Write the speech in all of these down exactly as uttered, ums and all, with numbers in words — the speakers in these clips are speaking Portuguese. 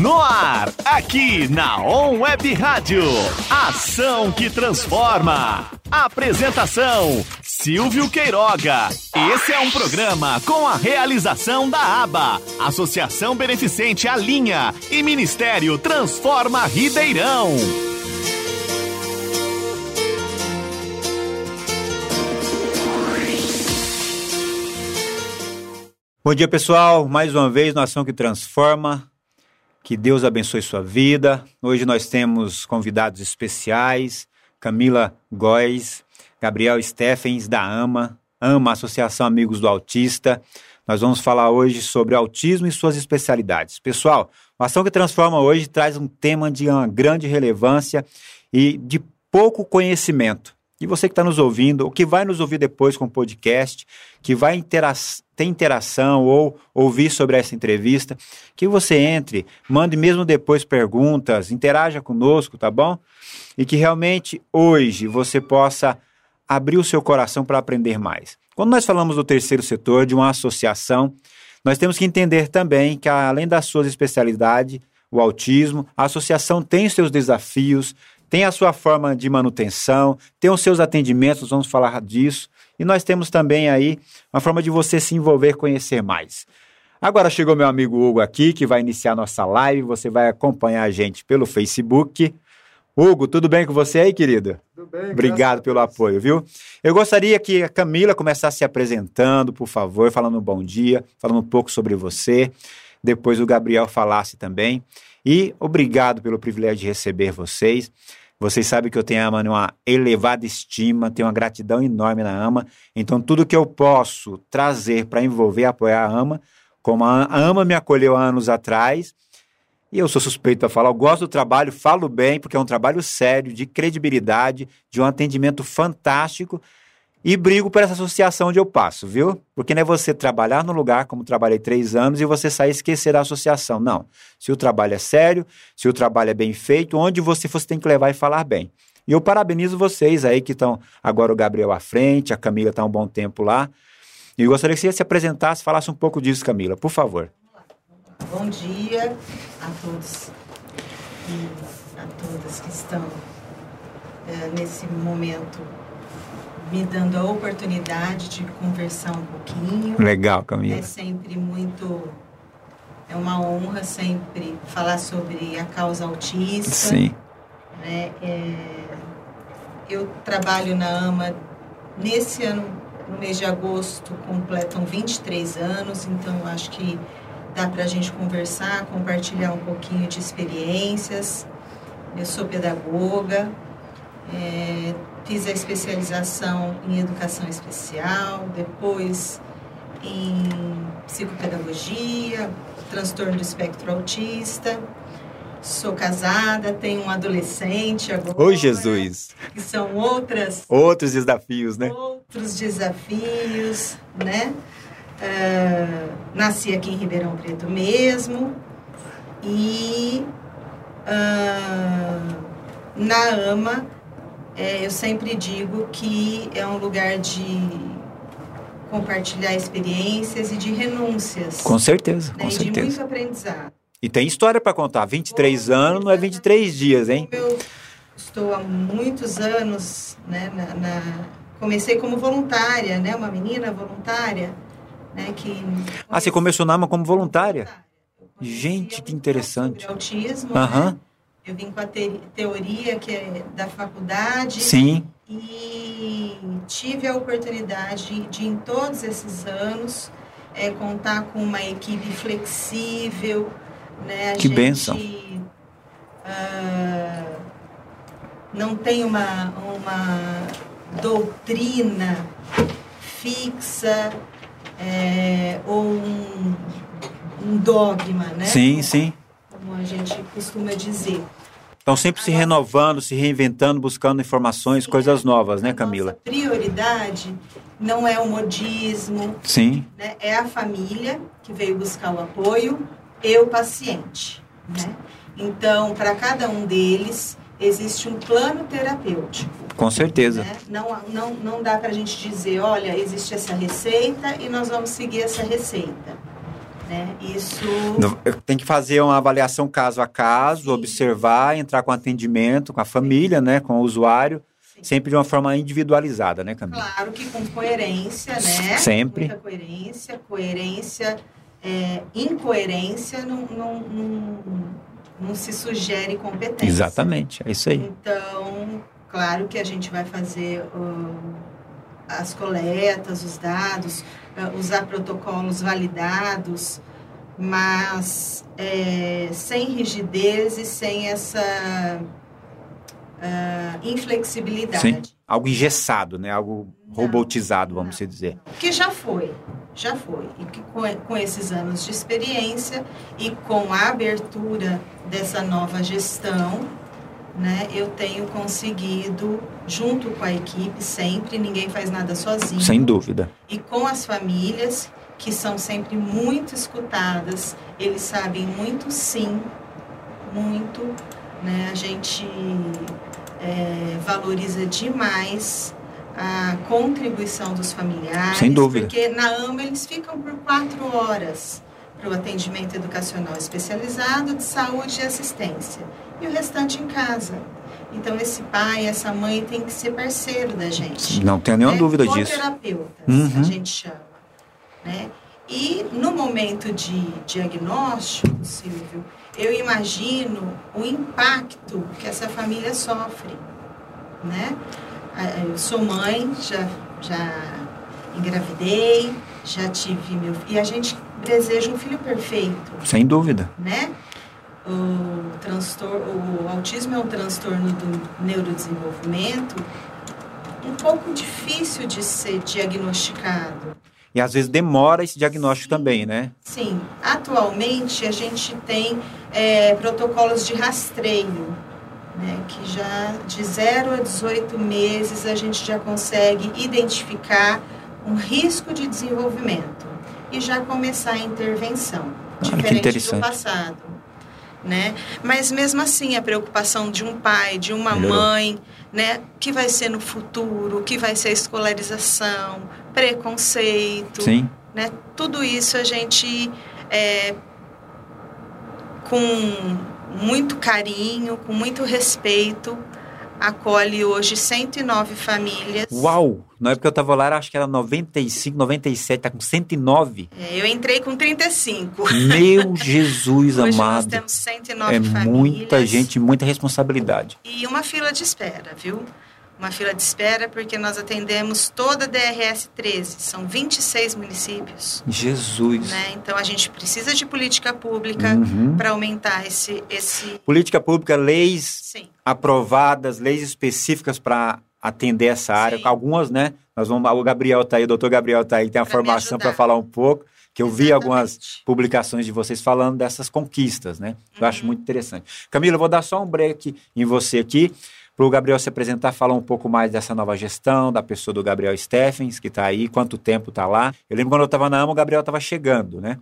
No ar, aqui na On Web Rádio. Ação que transforma. Apresentação, Silvio Queiroga. Esse é um programa com a realização da ABA, Associação Beneficente Alinha e Ministério Transforma Ribeirão. Bom dia, pessoal. Mais uma vez, na Ação que Transforma. Que Deus abençoe sua vida. Hoje nós temos convidados especiais. Camila Góes, Gabriel Steffens, da AMA. AMA, Associação Amigos do Autista. Nós vamos falar hoje sobre autismo e suas especialidades. Pessoal, a Ação que Transforma hoje traz um tema de uma grande relevância e de pouco conhecimento. E você que está nos ouvindo, ou que vai nos ouvir depois com o podcast, que vai intera- ter interação ou ouvir sobre essa entrevista, que você entre, mande mesmo depois perguntas, interaja conosco, tá bom? E que realmente hoje você possa abrir o seu coração para aprender mais. Quando nós falamos do terceiro setor, de uma associação, nós temos que entender também que além das suas especialidades, o autismo, a associação tem os seus desafios, tem a sua forma de manutenção, tem os seus atendimentos, vamos falar disso. E nós temos também aí uma forma de você se envolver, conhecer mais. Agora chegou meu amigo Hugo aqui, que vai iniciar nossa live. Você vai acompanhar a gente pelo Facebook. Hugo, tudo bem com você aí, querido? Tudo bem. Obrigado pelo apoio, viu? Eu gostaria que a Camila começasse se apresentando, por favor, falando um bom dia, falando um pouco sobre você. Depois o Gabriel falasse também. E obrigado pelo privilégio de receber vocês. Vocês sabem que eu tenho a AMA uma elevada estima, tenho uma gratidão enorme na AMA. Então, tudo que eu posso trazer para envolver e apoiar a AMA, como a AMA me acolheu há anos atrás, e eu sou suspeito para falar, eu gosto do trabalho, falo bem, porque é um trabalho sério, de credibilidade, de um atendimento fantástico, e brigo por essa associação onde eu passo, viu? Porque não é você trabalhar no lugar, como trabalhei três anos, e você sair e esquecer da associação. Não. Se o trabalho é sério, se o trabalho é bem feito, onde você for, você tem que levar e falar bem. E eu parabenizo vocês aí que estão, agora o Gabriel à frente, a Camila está há um bom tempo lá. E eu gostaria que você se apresentasse, falasse um pouco disso, Camila, por favor. Bom dia a todos e a todas que estão é, nesse momento me dando a oportunidade de conversar um pouquinho. Legal, Camila. É sempre muito... É uma honra sempre falar sobre a causa autista. Sim. Né? É, eu trabalho na AMA, nesse ano, no mês de agosto, completam vinte e três anos, então acho que dá para a gente conversar, compartilhar um pouquinho de experiências. Eu sou pedagoga, é, fiz a especialização em educação especial, depois em psicopedagogia, transtorno do espectro autista. Sou casada, tenho um adolescente agora. Ô, Jesus! Que são outras... Outros desafios, né? Outros desafios, né? Uh, nasci aqui em Ribeirão Preto mesmo. E uh, na AMA... É, eu sempre digo que é um lugar de compartilhar experiências e de renúncias. Com certeza, né? com e certeza. de muito aprendizado. E tem história para contar. vinte e três anos não é vinte e três dias, hein? Eu estou há muitos anos, né, na, na... comecei como voluntária, né, uma menina voluntária, né, que... Ah, você começou na AMA como voluntária? voluntária. Gente, que interessante. Sobre autismo, Aham. né? Eu vim com a te- teoria que é da faculdade. Sim. E tive a oportunidade de, em todos esses anos, é, contar com uma equipe flexível. Né? A Que gente, bênção. Uh, não tem uma, uma doutrina fixa é, ou um, um dogma, né? Sim, sim. Como a gente costuma dizer. Estão sempre se renovando, se reinventando, buscando informações, Sim, coisas novas, né, a Camila? nossa prioridade não é o modismo, Sim. né? É a família que veio buscar o apoio e o paciente, né? Então, para cada um deles, existe um plano terapêutico. Com certeza. Né? Não, não, não dá para a gente dizer, olha, existe essa receita e nós vamos seguir essa receita. Né? Isso... Tem que fazer uma avaliação caso a caso, sim, observar, entrar com atendimento, com a família, né, com o usuário, sim, sempre de uma forma individualizada, né, Camila? Claro que com coerência, né? Sempre. Muita coerência, coerência, é, incoerência não, não, não, não se sugere competência. Exatamente, é isso aí. Então, claro que a gente vai fazer uh, as coletas, os dados, usar protocolos validados, mas é, sem rigidez e sem essa uh, inflexibilidade. Sim, algo engessado, né? Algo não, robotizado, vamos não, dizer. Que já foi, já foi. E que com, com esses anos de experiência e com a abertura dessa nova gestão, né, eu tenho conseguido, junto com a equipe, sempre, ninguém faz nada sozinho. Sem dúvida. E com as famílias, que são sempre muito escutadas, eles sabem muito sim, muito, né, a gente é, valoriza demais a contribuição dos familiares. Sem dúvida. Porque na AMA eles ficam por quatro horas para o atendimento educacional especializado de saúde e assistência. E o restante em casa. Então, esse pai, essa mãe tem que ser parceiro da gente. Não tenho nenhuma né? dúvida disso. Co-terapeutas, uhum. a gente chama. Né? E no momento de diagnóstico, Silvio, eu imagino o impacto que essa família sofre. Né? Eu sou mãe, já, já engravidei, já tive meu filho. E a gente deseja um filho perfeito. Sem dúvida. Né? O, transtorno, o autismo é um transtorno do neurodesenvolvimento um pouco difícil de ser diagnosticado. E às vezes demora esse diagnóstico sim, também, né? Sim. Atualmente a gente tem é, protocolos de rastreio, né, que já de zero a dezoito meses a gente já consegue identificar um risco de desenvolvimento e já começar a intervenção, ah, diferente do passado. Né? Mas mesmo assim a preocupação de um pai, de uma Melhorou. mãe, né? Que vai ser no futuro, que vai ser a escolarização, preconceito, Sim. Né? Tudo isso a gente é, com muito carinho, com muito respeito, acolhe hoje cento e nove famílias. Uau! Na época que eu estava lá, acho que era noventa e cinco, noventa e sete, tá com cento e nove. É, eu entrei com trinta e cinco. Meu Jesus hoje amado. Nós temos cento e nove é famílias. Muita gente, muita responsabilidade. E uma fila de espera, viu? Uma fila de espera porque nós atendemos toda a D R S treze, são vinte e seis municípios. Jesus! Né? Então a gente precisa de política pública uhum. para aumentar esse, esse... Política pública, leis Sim. aprovadas, leis específicas para atender essa área. Sim. Algumas, né? Nós vamos, o Gabriel está aí, o doutor Gabriel está aí, tem a pra formação para falar um pouco, que eu Exatamente. vi algumas publicações de vocês falando dessas conquistas, né? Eu uhum. acho muito interessante. Camila, eu vou dar só um break em você aqui, para o Gabriel se apresentar, falar um pouco mais dessa nova gestão, da pessoa do Gabriel Steffens, que está aí, quanto tempo está lá. Eu lembro quando eu estava na AMA, o Gabriel estava chegando, né?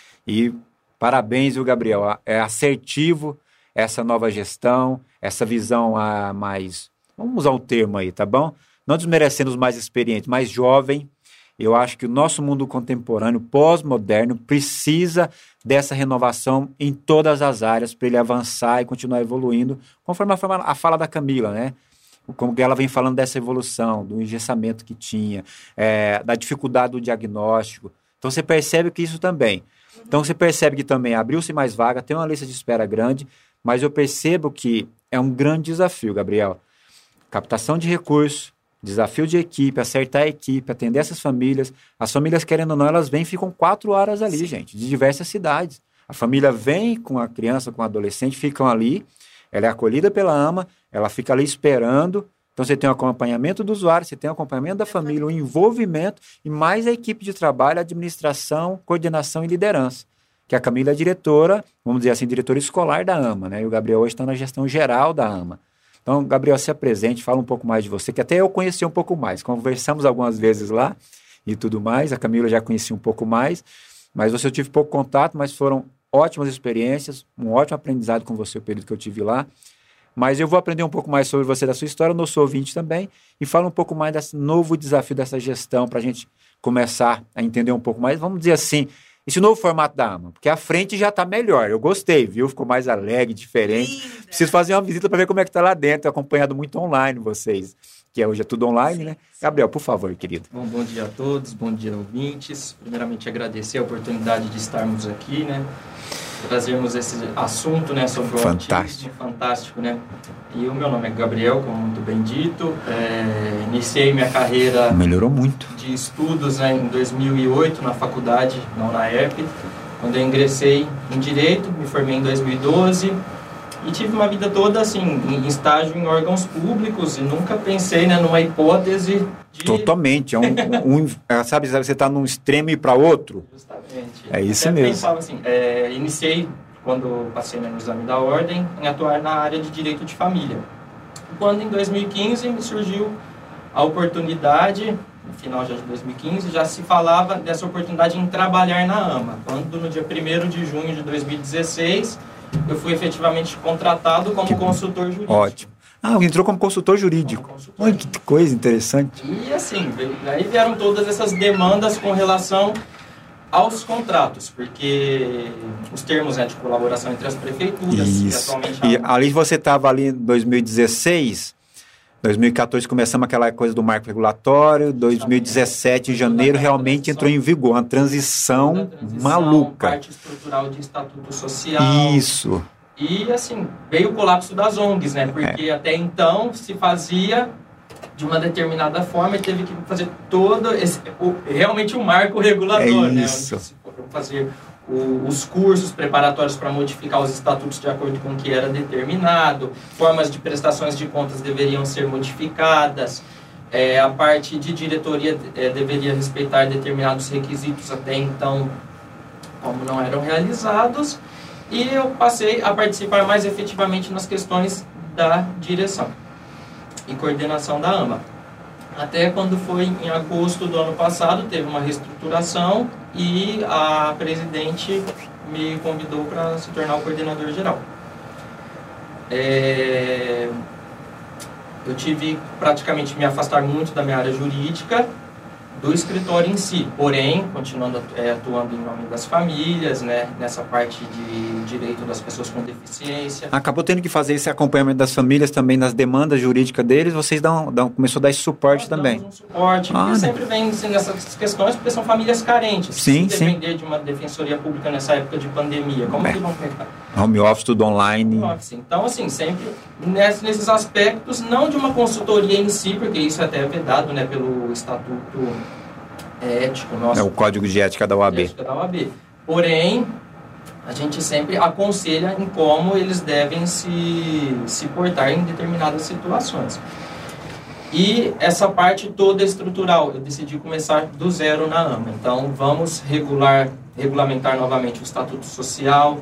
E parabéns, viu, Gabriel? É assertivo essa nova gestão, essa visão a mais... Vamos usar um termo aí, tá bom? Não desmerecendo os mais experientes, mais jovem. Eu acho que o nosso mundo contemporâneo, pós-moderno, precisa dessa renovação em todas as áreas para ele avançar e continuar evoluindo, conforme a, forma, a fala da Camila, né? Como ela vem falando dessa evolução, do engessamento que tinha, é, da dificuldade do diagnóstico. Então você percebe que isso também. Então você percebe que também abriu-se mais vaga, tem uma lista de espera grande, mas eu percebo que é um grande desafio, Gabriel. Captação de recursos, desafio de equipe, acertar a equipe, atender essas famílias. As famílias, querendo ou não, elas vêm e ficam quatro horas ali, Sim. gente, de diversas cidades. A família vem com a criança, com o adolescente, ficam ali, ela é acolhida pela AMA, ela fica ali esperando. Então, você tem o acompanhamento do usuário, você tem o acompanhamento da família, o envolvimento e mais a equipe de trabalho, administração, coordenação e liderança. Que a Camila é diretora, vamos dizer assim, diretora escolar da AMA, né? E o Gabriel hoje está na gestão geral da AMA. Então, Gabriel, se apresente, fala um pouco mais de você, que até eu conheci um pouco mais. Conversamos algumas vezes lá e tudo mais. A Camila já conhecia um pouco mais, mas você eu tive pouco contato, mas foram ótimas experiências, um ótimo aprendizado com você o período que eu tive lá. Mas eu vou aprender um pouco mais sobre você, da sua história, no seu ouvinte também, e fala um pouco mais desse novo desafio dessa gestão, para a gente começar a entender um pouco mais, vamos dizer assim, esse novo formato da AMA? Porque a frente já está melhor, eu gostei, viu? Ficou mais alegre, diferente. Linda. Preciso fazer uma visita para ver como é que está lá dentro, acompanhado muito online vocês, que hoje é tudo online, sim, né? Gabriel, por favor, querido. Bom, bom dia a todos, bom dia ouvintes. Primeiramente, agradecer a oportunidade de estarmos aqui, né? Trazermos esse assunto, né, sobre o fantástico. autismo, fantástico, né? E o meu nome é Gabriel, como muito bem dito. É, iniciei minha carreira... Melhorou muito. ...de estudos, né, em dois mil e oito, na faculdade, na UNAERP. Quando eu ingressei em Direito, me formei em dois mil e doze... E tive uma vida toda, assim, em estágio em órgãos públicos e nunca pensei, né, numa hipótese de... Totalmente. É um, um, sabe, você está num extremo e para outro. Justamente. É isso Até mesmo. Pensava assim, é, iniciei, quando passei, né, no exame da ordem, em atuar na área de direito de família. Quando, em dois mil e quinze, me surgiu a oportunidade, no final já de dois mil e quinze, já se falava dessa oportunidade em trabalhar na AMA. Quando, no dia primeiro de junho de dois mil e dezesseis... eu fui efetivamente contratado como que consultor jurídico. Ótimo. Ah, entrou como consultor jurídico. Como consultor. Olha que coisa interessante. E assim, aí vieram todas essas demandas com relação aos contratos, porque os termos, né, de colaboração entre as prefeituras... Isso. E, atualmente, e ali você estava ali em dois mil e dezesseis... dois mil e quatorze começamos aquela coisa do marco regulatório, dois mil e dezessete, em janeiro, realmente entrou em vigor, uma transição, transição maluca. Parte estrutural de estatuto social. Isso. E, assim, veio o colapso das O N Gs, né? Porque é. até então se fazia de uma determinada forma e teve que fazer todo esse... O, realmente o marco regulador, é né? Isso. Onde se foram fazer... O, os cursos preparatórios para modificar os estatutos de acordo com o que era determinado, formas de prestações de contas deveriam ser modificadas, é, a parte de diretoria é, deveria respeitar determinados requisitos até então, como não eram realizados, e eu passei a participar mais efetivamente nas questões da direção e coordenação da AMA. Até quando foi em agosto do ano passado, teve uma reestruturação e a presidente me convidou para se tornar o coordenador geral. É... Eu tive praticamente me afastar muito da minha área jurídica, do escritório em si, porém, continuando é, atuando em nome das famílias, né, nessa parte de direito das pessoas com deficiência. Acabou tendo que fazer esse acompanhamento das famílias também nas demandas jurídicas deles, vocês dão, dão, começou a dar esse suporte Nós também. Damos um suporte, ah, porque né? sempre vem assim, nessas questões, porque são famílias carentes. Sim, se sim. depender de uma defensoria pública nessa época de pandemia, como é. que vão pegar? Home office, tudo online. Home office. Então, assim, sempre nesses aspectos, não de uma consultoria em si, porque isso até é vedado, né, pelo estatuto ético nosso. É o código de ética da O A B. Ética da O A B. Porém, a gente sempre aconselha em como eles devem se, se portar em determinadas situações. E essa parte toda estrutural, eu decidi começar do zero na AMA. Então, vamos regular, regulamentar novamente o estatuto social,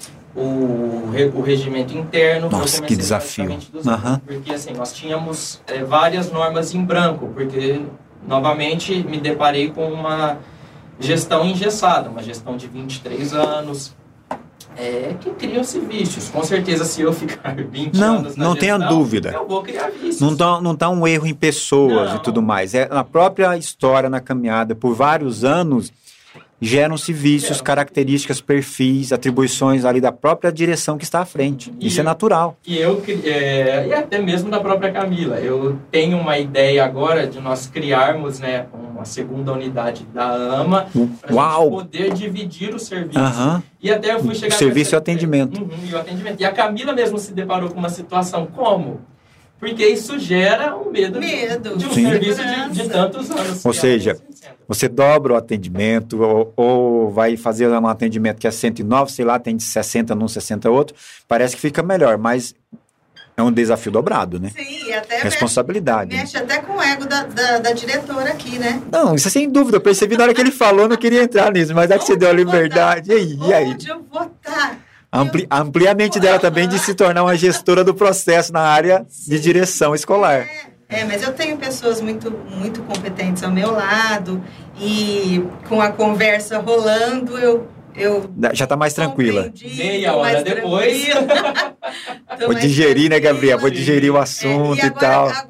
o, o regimento interno. Nossa, que desafio. Uhum. Porque assim, nós tínhamos é, várias normas em branco, porque novamente me deparei com uma gestão engessada, uma gestão de vinte e três anos, é, que criam-se vícios. Com certeza, se eu ficar vinte não, anos na não gestão, tenha dúvida. Eu vou criar vícios. Não está não tá um erro em pessoas não. E tudo mais. É na própria história, na caminhada, por vários anos, geram-se vícios, características, perfis, atribuições ali da própria direção que está à frente. E Isso eu, é natural. E eu é, e até mesmo da própria Camila. Eu tenho uma ideia agora de nós criarmos, né, uma segunda unidade da AMA para a gente poder dividir o serviço. Uhum. E até eu fui chegar... O serviço e o atendimento. Uhum, e o atendimento. E a Camila mesmo se deparou com uma situação como... Porque isso gera um medo, medo. de, de um Sim. serviço de, de tantos anos. Ou seja, você dobra o atendimento ou, ou vai fazer um atendimento que é cento e nove, sei lá, tem de sessenta num, sessenta outro, parece que fica melhor, mas é um desafio dobrado, né? Sim, e até responsabilidade. Mexe, mexe até com o ego da, da, da diretora aqui, né? Não, isso é sem dúvida, eu percebi na hora que ele falou, não queria entrar nisso, mas é que você deu a liberdade. E aí? E aí? Onde eu vou estar? Ampli, amplia a mente dela também de se tornar uma gestora do processo na área Sim. de direção escolar. É, é, mas eu tenho pessoas muito, muito competentes ao meu lado e com a conversa rolando, eu... eu Já está mais tranquila. Meia hora depois. Vou digerir, né, Gabriel? Vou digerir o assunto é, e, e, agora, e tal. Agora eu quero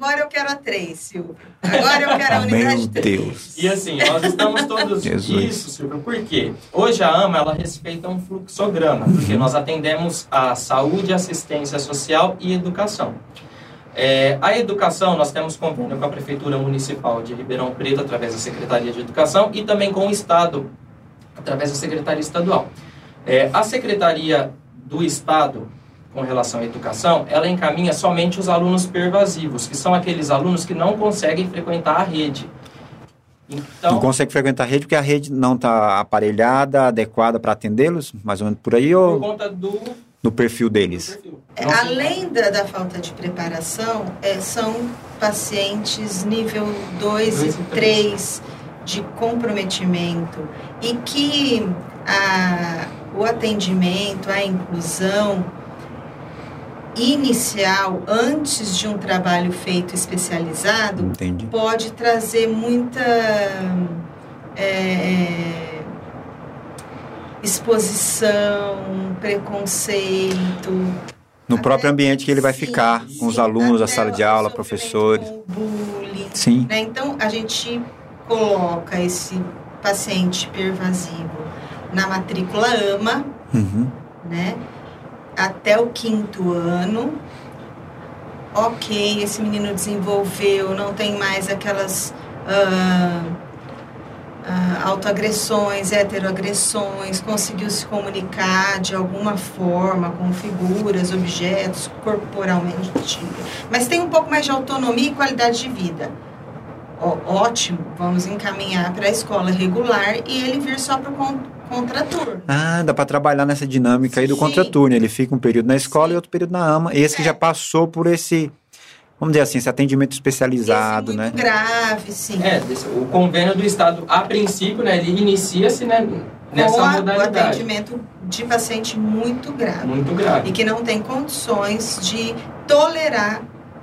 quero a três, Silvio. Agora eu quero a unidade três. Meu Deus. E assim, nós estamos todos Jesus. isso, Silvio, por quê? Hoje a AMA, ela respeita um fluxograma, porque nós atendemos a saúde, assistência social e educação. É, a educação, nós temos convênio com a Prefeitura Municipal de Ribeirão Preto, através da Secretaria de Educação, e também com o Estado, através da Secretaria Estadual. É, a Secretaria do Estado, com relação à educação, ela encaminha somente os alunos pervasivos, que são aqueles alunos que não conseguem frequentar a rede. Então, não consegue frequentar a rede porque a rede não está aparelhada, adequada para atendê-los, mais ou menos por aí, ou por conta do, no perfil deles? do perfil. É, Não, além da, da falta de preparação, é, são pacientes nível dois e três de comprometimento e que a, o atendimento, a inclusão inicial, antes de um trabalho feito especializado, Entendi. pode trazer muita é, exposição, preconceito. No Até- próprio ambiente que ele vai sim, ficar, com os sim, alunos, a até sala de o aula, sofrimento professores. com o bullying, Sim. né? Então, a gente coloca esse paciente pervasivo na matrícula AMA, Uhum. né? Até o quinto ano. Ok, esse menino desenvolveu, não tem mais aquelas ah, ah, autoagressões, heteroagressões, conseguiu se comunicar de alguma forma com figuras, objetos, corporalmente. Mas tem um pouco mais de autonomia e qualidade de vida. Ó, ótimo, vamos encaminhar para a escola regular e ele vir só para o contraturno. Ah, dá para trabalhar nessa dinâmica aí do Sim. contraturno. Ele fica um período na escola Sim. e outro período na AMA. Esse que É. já passou por esse, vamos dizer assim, esse atendimento especializado, Esse né? muito grave, sim. É, desse- o convênio do Estado, a princípio, né, ele inicia-se, né, nessa Com a- o modalidade. atendimento de paciente muito grave. Muito grave. E que não tem condições de tolerar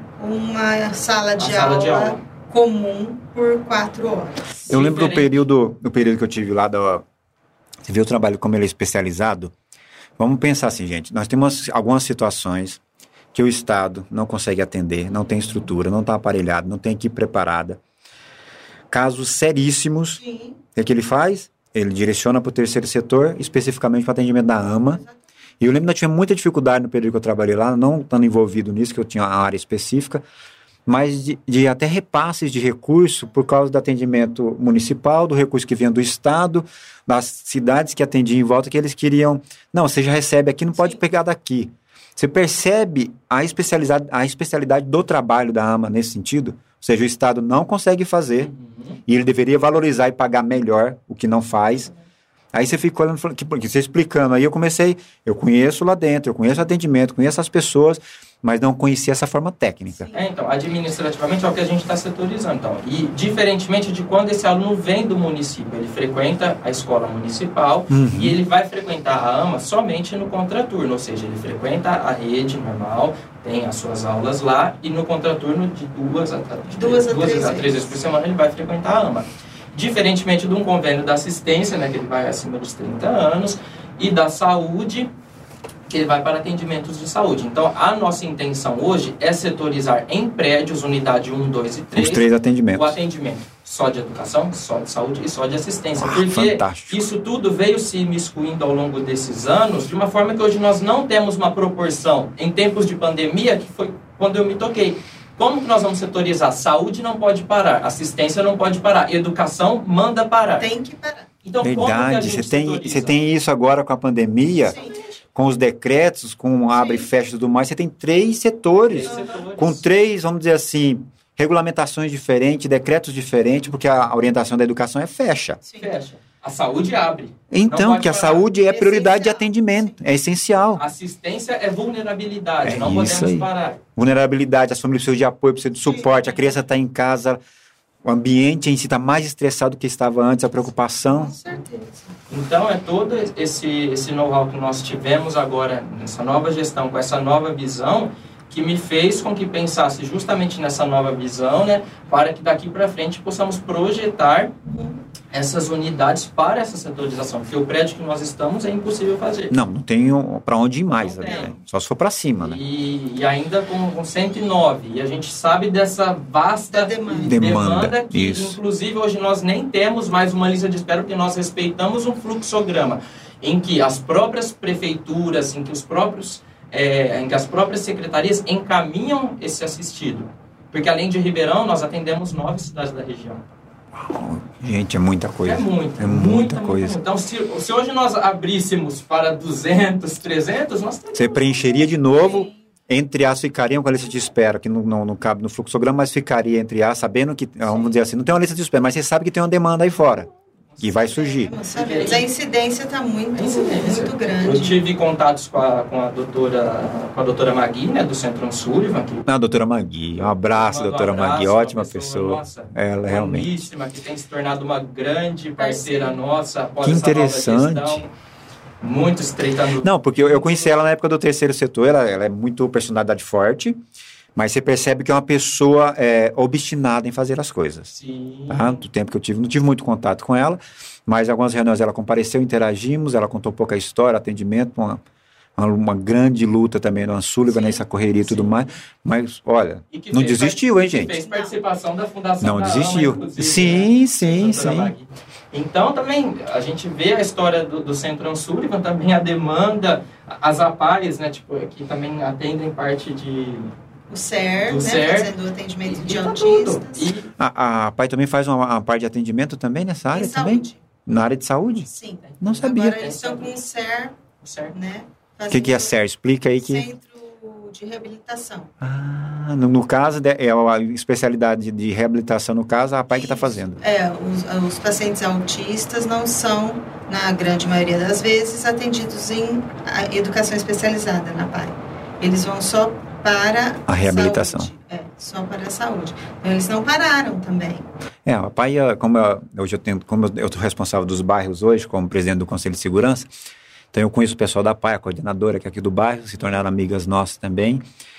uma sala de, A sala aula, de aula. comum por quatro horas. Eu lembro do Diferente. período, do período que eu tive lá, da, você vê o trabalho como ele é especializado? Vamos pensar assim, gente, nós temos algumas situações que o Estado não consegue atender, não tem estrutura, não está aparelhado, não tem equipe preparada. Casos seríssimos, Sim. o que, é que ele faz? Ele direciona para o terceiro setor, especificamente para o atendimento da AMA. E eu lembro que eu tinha muita dificuldade no período que eu trabalhei lá, não estando envolvido nisso, que eu tinha uma área específica, mas de, de até repasses de recurso por causa do atendimento municipal, do recurso que vinha do Estado, das cidades que atendiam em volta, que eles queriam, não, você já recebe aqui, não pode Sim. pegar daqui. Você percebe a especialidade, a especialidade do trabalho da AMA nesse sentido? Ou seja, o Estado não consegue fazer, Uhum. e ele deveria valorizar e pagar melhor o que não faz. Aí você fica olhando, falando, que, porque você explicando, aí eu comecei, eu conheço lá dentro, eu conheço o atendimento, conheço as pessoas, mas não conhecia essa forma técnica. É, então, administrativamente é o que a gente está setorizando. Então, e diferentemente de quando esse aluno vem do município, ele frequenta a escola municipal Uhum. e ele vai frequentar a AMA somente no contraturno, ou seja, ele frequenta a rede normal, tem as suas aulas lá e no contraturno de duas a, de Duas a duas três a três vezes por semana ele vai frequentar a AMA. Diferentemente de um convênio da assistência, né, que ele vai acima dos trinta anos, e da saúde, que ele vai para atendimentos de saúde. Então, a nossa intenção hoje é setorizar em prédios, unidade um, dois e três, Os três o atendimentos. atendimento só de educação, só de saúde e só de assistência. Ah, Porque fantástico. isso tudo veio se imiscuindo ao longo desses anos, de uma forma que hoje nós não temos uma proporção em tempos de pandemia, que foi quando eu me toquei. Como que nós vamos setorizar? Saúde não pode parar, assistência não pode parar, educação manda parar. Tem que parar. Então, como que a Verdade, gente você tem, setoriza? você tem isso agora com a pandemia, Sim. com os decretos, com abre e Sim. fecha e tudo mais, você tem três setores, Três setores. com três, vamos dizer assim, regulamentações diferentes, decretos diferentes, porque a orientação da educação é fecha. Sim. Fecha. A saúde abre. Então, pode que a parar. saúde é prioridade de Essencial. atendimento, é essencial. Assistência é vulnerabilidade, É não isso podemos aí. parar. Vulnerabilidade, as famílias precisam de apoio, precisam de suporte, a criança está em casa, o ambiente em si está mais estressado do que estava antes, a preocupação. Com certeza. Então, é todo esse, esse know-how que nós tivemos agora, nessa nova gestão, com essa nova visão, que me fez com que pensasse justamente nessa nova visão, né, para que daqui para frente possamos projetar essas unidades para essa setorização, porque o prédio que nós estamos é impossível fazer. Não, não tem para onde ir mais, ali, né? Só se for para cima, né? E, e ainda com, com cento e nove, e a gente sabe dessa vasta demanda, demanda, demanda que isso. inclusive hoje nós nem temos mais uma lista de espera, porque nós respeitamos um fluxograma em que as próprias prefeituras, em que os próprios É, em que as próprias secretarias encaminham esse assistido. Porque além de Ribeirão, nós atendemos nove cidades da região. Gente, é muita coisa. É muito. É muita, muita coisa. Muita. Então, se, se hoje nós abríssemos para duzentos, trezentos, nós teríamos... Você preencheria de novo, entre as ficariam com a lista de espera, que não, não, não cabe no fluxograma, mas ficaria entre as, sabendo que, vamos dizer assim, não tem uma lista de espera, mas você sabe que tem uma demanda aí fora. E vai surgir. Mas a incidência está muito, muito grande. Eu tive contatos com a, com a doutora com a doutora Magui, né, do Centro Sullivan. Que a doutora Magui, um abraço, doutora um abraço, Magui, ótima pessoa. pessoa. Nossa, ela realmente. Que tem se tornado uma grande parceira nossa após que essa interessante. nova gestão. Muito estreitando. Não, porque eu, eu conheci ela na época do terceiro setor, ela, ela é muito personalidade forte. Mas você percebe que é uma pessoa é, obstinada em fazer as coisas. Sim. Tá? Do tempo que eu tive, não tive muito contato com ela, mas algumas reuniões ela compareceu, interagimos, ela contou um pouco a história, atendimento, uma, uma, uma grande luta também no Sullivan, nessa correria e tudo Sim. mais. Mas, olha, não desistiu, hein, gente? Fez participação da Fundação Não da desistiu. AMA, Sim, né? sim, sim. Magui. Então, também, a gente vê a história do, do Centro Sullivan, também a demanda, as A P A Es, né, tipo, que também atendem parte de... O C E R, do né, C E R, fazendo atendimento e, de e tá autistas. E a, a P A I também faz uma, uma parte de atendimento também nessa área? Em também? saúde. Na área de saúde? Sim. Não sabia. Agora eles estão com o C E R, certo. né? O que, que é C E R? Explica aí que... Centro de Reabilitação. Ah, no, no caso, de, é a especialidade de reabilitação, no caso, a A P A I que está fazendo. É, os, os pacientes autistas não são, na grande maioria das vezes, atendidos em educação especializada na P A I. Eles vão só para a reabilitação. Saúde. É, só para a saúde. Então, eles não pararam também. É, a P A I, como eu, hoje eu tenho, como eu estou responsável dos bairros hoje, como presidente do Conselho de Segurança, então eu conheço o pessoal da P A I, a coordenadora que é aqui do bairro, se tornaram amigas nossas também.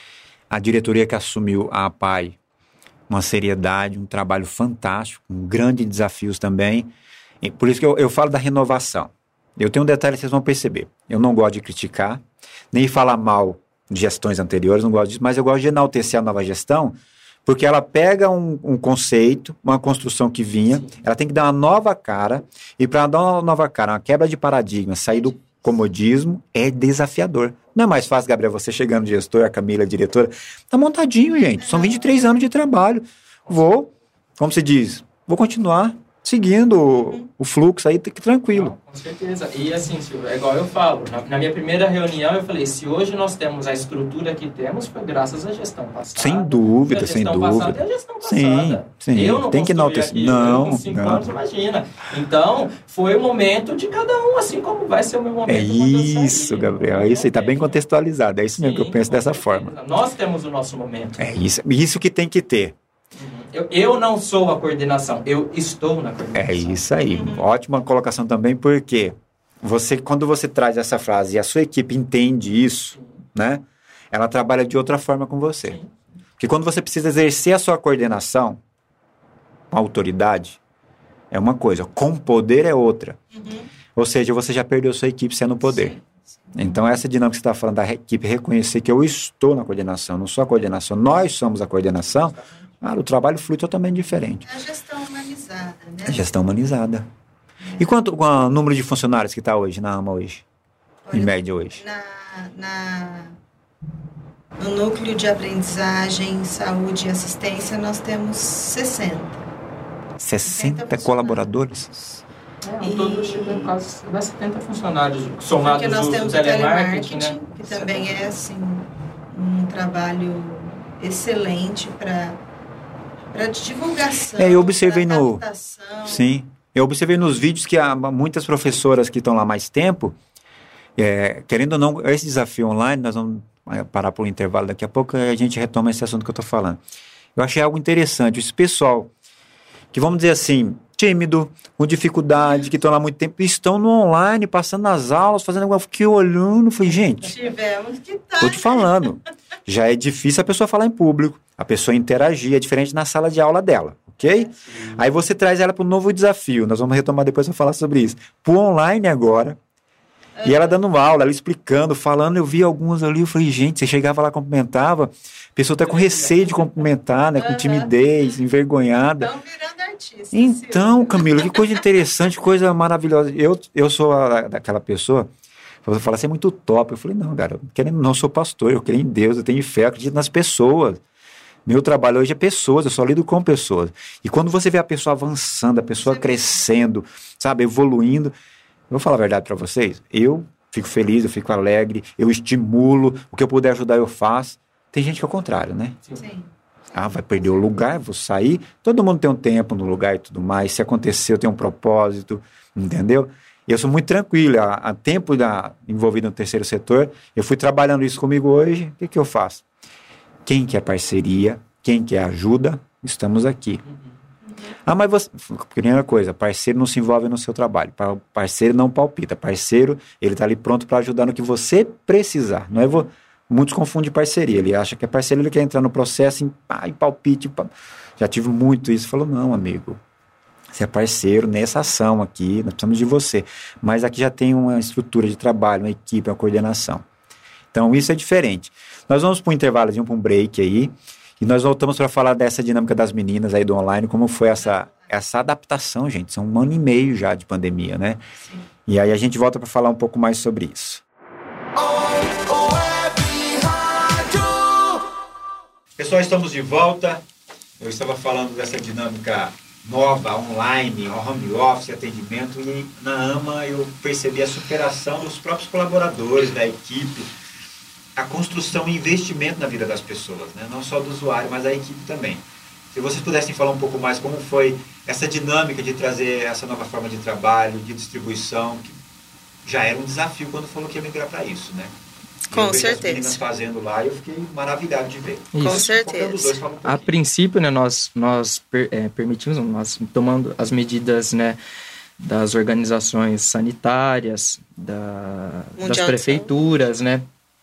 A diretoria que assumiu a P A I, uma seriedade, um trabalho fantástico, com grandes desafios também. E por isso que eu, eu falo da renovação. Eu tenho um detalhe que vocês vão perceber. Eu não gosto de criticar, nem falar mal de gestões anteriores, não gosto disso, mas eu gosto de enaltecer a nova gestão, porque ela pega um, um conceito, uma construção que vinha, Sim. ela tem que dar uma nova cara, e para dar uma nova cara, uma quebra de paradigma, sair do comodismo, é desafiador. Não é mais fácil, Gabriel, você chegando gestor, a Camila, diretora, tá montadinho, gente, são vinte e três anos de trabalho, vou, como se diz, vou continuar seguindo uhum. o, o fluxo aí, tranquilo. Não, com certeza. E assim, Silvio, é igual eu falo, na, na minha primeira reunião eu falei, se hoje nós temos a estrutura que temos, foi graças à gestão passada. Sem dúvida, sem dúvida. E a gestão passada. Sim, sim. Eu não tem que enaltecer. Não, com cinco não. anos, imagina. Então, foi o momento de cada um, assim como vai ser o meu momento. É isso, Gabriel, é isso aí, tá bem contextualizado, é isso mesmo Sim, que eu penso dessa certeza. forma. Nós temos o nosso momento. É isso, isso que tem que ter. Eu, eu não sou a coordenação, eu estou na coordenação. É isso aí, uhum. Ótima colocação também, porque você, quando você traz essa frase e a sua equipe entende isso, Sim. né? Ela trabalha de outra forma com você. Sim. Porque quando você precisa exercer a sua coordenação com autoridade, é uma coisa, com poder é outra. Uhum. Ou seja, você já perdeu sua equipe sendo poder. Sim. Então, essa dinâmica que você está falando da equipe, reconhecer que eu estou na coordenação, não sou a coordenação, nós somos a coordenação, ah, o trabalho flui totalmente diferente. É a gestão humanizada, né? A gestão humanizada. É. E quanto com o número de funcionários que está hoje, na AMA hoje? Olha, em média hoje? Na, na, no núcleo de aprendizagem, saúde e assistência, nós temos sessenta. sessenta, sessenta colaboradores? É, e... todos chegam quase setenta funcionários somados. Porque nós do, temos do o telemarketing, telemarketing, né? que também é assim, um trabalho excelente para para divulgação. É, eu observei no Sim, eu observei nos vídeos que há muitas professoras que estão lá mais tempo, é, querendo ou não, esse desafio online, nós vamos parar por um intervalo daqui a pouco, a gente retoma esse assunto que eu estou falando. Eu achei algo interessante, esse pessoal que, vamos dizer assim, tímido, com dificuldade, que estão lá há muito tempo, estão no online, passando as aulas, fazendo alguma coisa, fiquei olhando, falei, gente, tivemos que estar. Tô te falando. já é difícil a pessoa falar em público, a pessoa interagir, é diferente na sala de aula dela, ok? Sim. Aí você traz ela para um novo desafio, nós vamos retomar depois para falar sobre isso. Para o online agora, e ela dando aula, ela explicando, falando, eu vi alguns ali, eu falei, gente, você chegava lá, cumprimentava, a pessoa tá com receio de cumprimentar, né, com uhum. timidez, envergonhada. Estão virando artistas. Então, Camila, que coisa interessante, coisa maravilhosa. Eu, eu sou a, daquela pessoa, você fala, você é muito top. Eu falei, não, cara, eu não sou pastor, eu creio em Deus, eu tenho fé, eu acredito nas pessoas. Meu trabalho hoje é pessoas, eu só lido com pessoas. E quando você vê a pessoa avançando, a pessoa crescendo, sabe, evoluindo, eu vou falar a verdade para vocês, eu fico feliz, eu fico alegre, eu estimulo, o que eu puder ajudar eu faço. Tem gente que é o contrário, né? Sim. Ah, vai perder o lugar, vou sair. Todo mundo tem um tempo no lugar e tudo mais. Se acontecer, eu tenho um propósito, entendeu? E eu sou muito tranquilo. Há, há tempo da, envolvido no terceiro setor, eu fui trabalhando isso comigo hoje. O que, que eu faço? Quem quer parceria, quem quer ajuda, estamos aqui. Ah, mas você... Primeira coisa, parceiro não se envolve no seu trabalho. Parceiro não palpita. Parceiro, ele está ali pronto para ajudar no que você precisar. Não é vo... Muitos confundem parceria. Ele acha que é parceiro, ele quer entrar no processo e palpite. Pá. Já tive muito isso. Falou, não, amigo. Você é parceiro nessa ação aqui, nós precisamos de você. Mas aqui já tem uma estrutura de trabalho, uma equipe, uma coordenação. Então, isso é diferente. Nós vamos para um intervalozinho, para um break aí. E nós voltamos para falar dessa dinâmica das meninas aí do online, como foi essa, essa adaptação, gente. São um ano e meio já de pandemia, né? Sim. E aí a gente volta para falar um pouco mais sobre isso. Pessoal, estamos de volta. Eu estava falando dessa dinâmica nova, online, home office, atendimento. E na AMA eu percebi a superação dos próprios colaboradores, da equipe, a construção e investimento na vida das pessoas, né? Não só do usuário, mas da equipe também. Se vocês pudessem falar um pouco mais como foi essa dinâmica de trazer essa nova forma de trabalho, de distribuição, que já era um desafio quando falou que ia migrar para isso, né? Com eu certeza. As meninas fazendo lá e eu fiquei maravilhado de ver. Isso. Com certeza. Um a princípio, né, nós, nós per, é, permitimos, nós tomando as medidas, né, das organizações sanitárias, da, das prefeituras, né,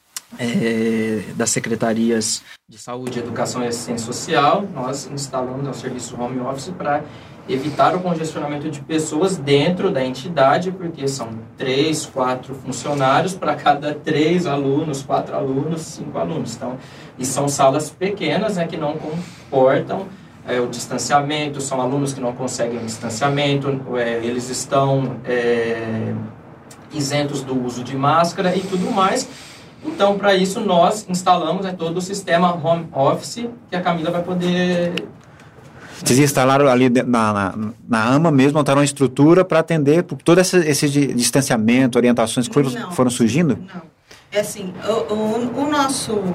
é, das secretarias de saúde, educação e assistência social, nós instalamos um serviço home office para evitar o congestionamento de pessoas dentro da entidade, porque são três, quatro funcionários para cada três alunos, quatro alunos, cinco alunos. Então, e são salas pequenas, né, que não comportam é, o distanciamento, são alunos que não conseguem o distanciamento, é, eles estão é, isentos do uso de máscara e tudo mais. Então, para isso, nós instalamos né, todo o sistema home office que a Camila vai poder... Vocês instalaram ali na, na, na AMA mesmo, montaram uma estrutura para atender por todo esse, esse distanciamento, orientações que foram, não, foram surgindo? Não. É assim, o, o, o nosso uh,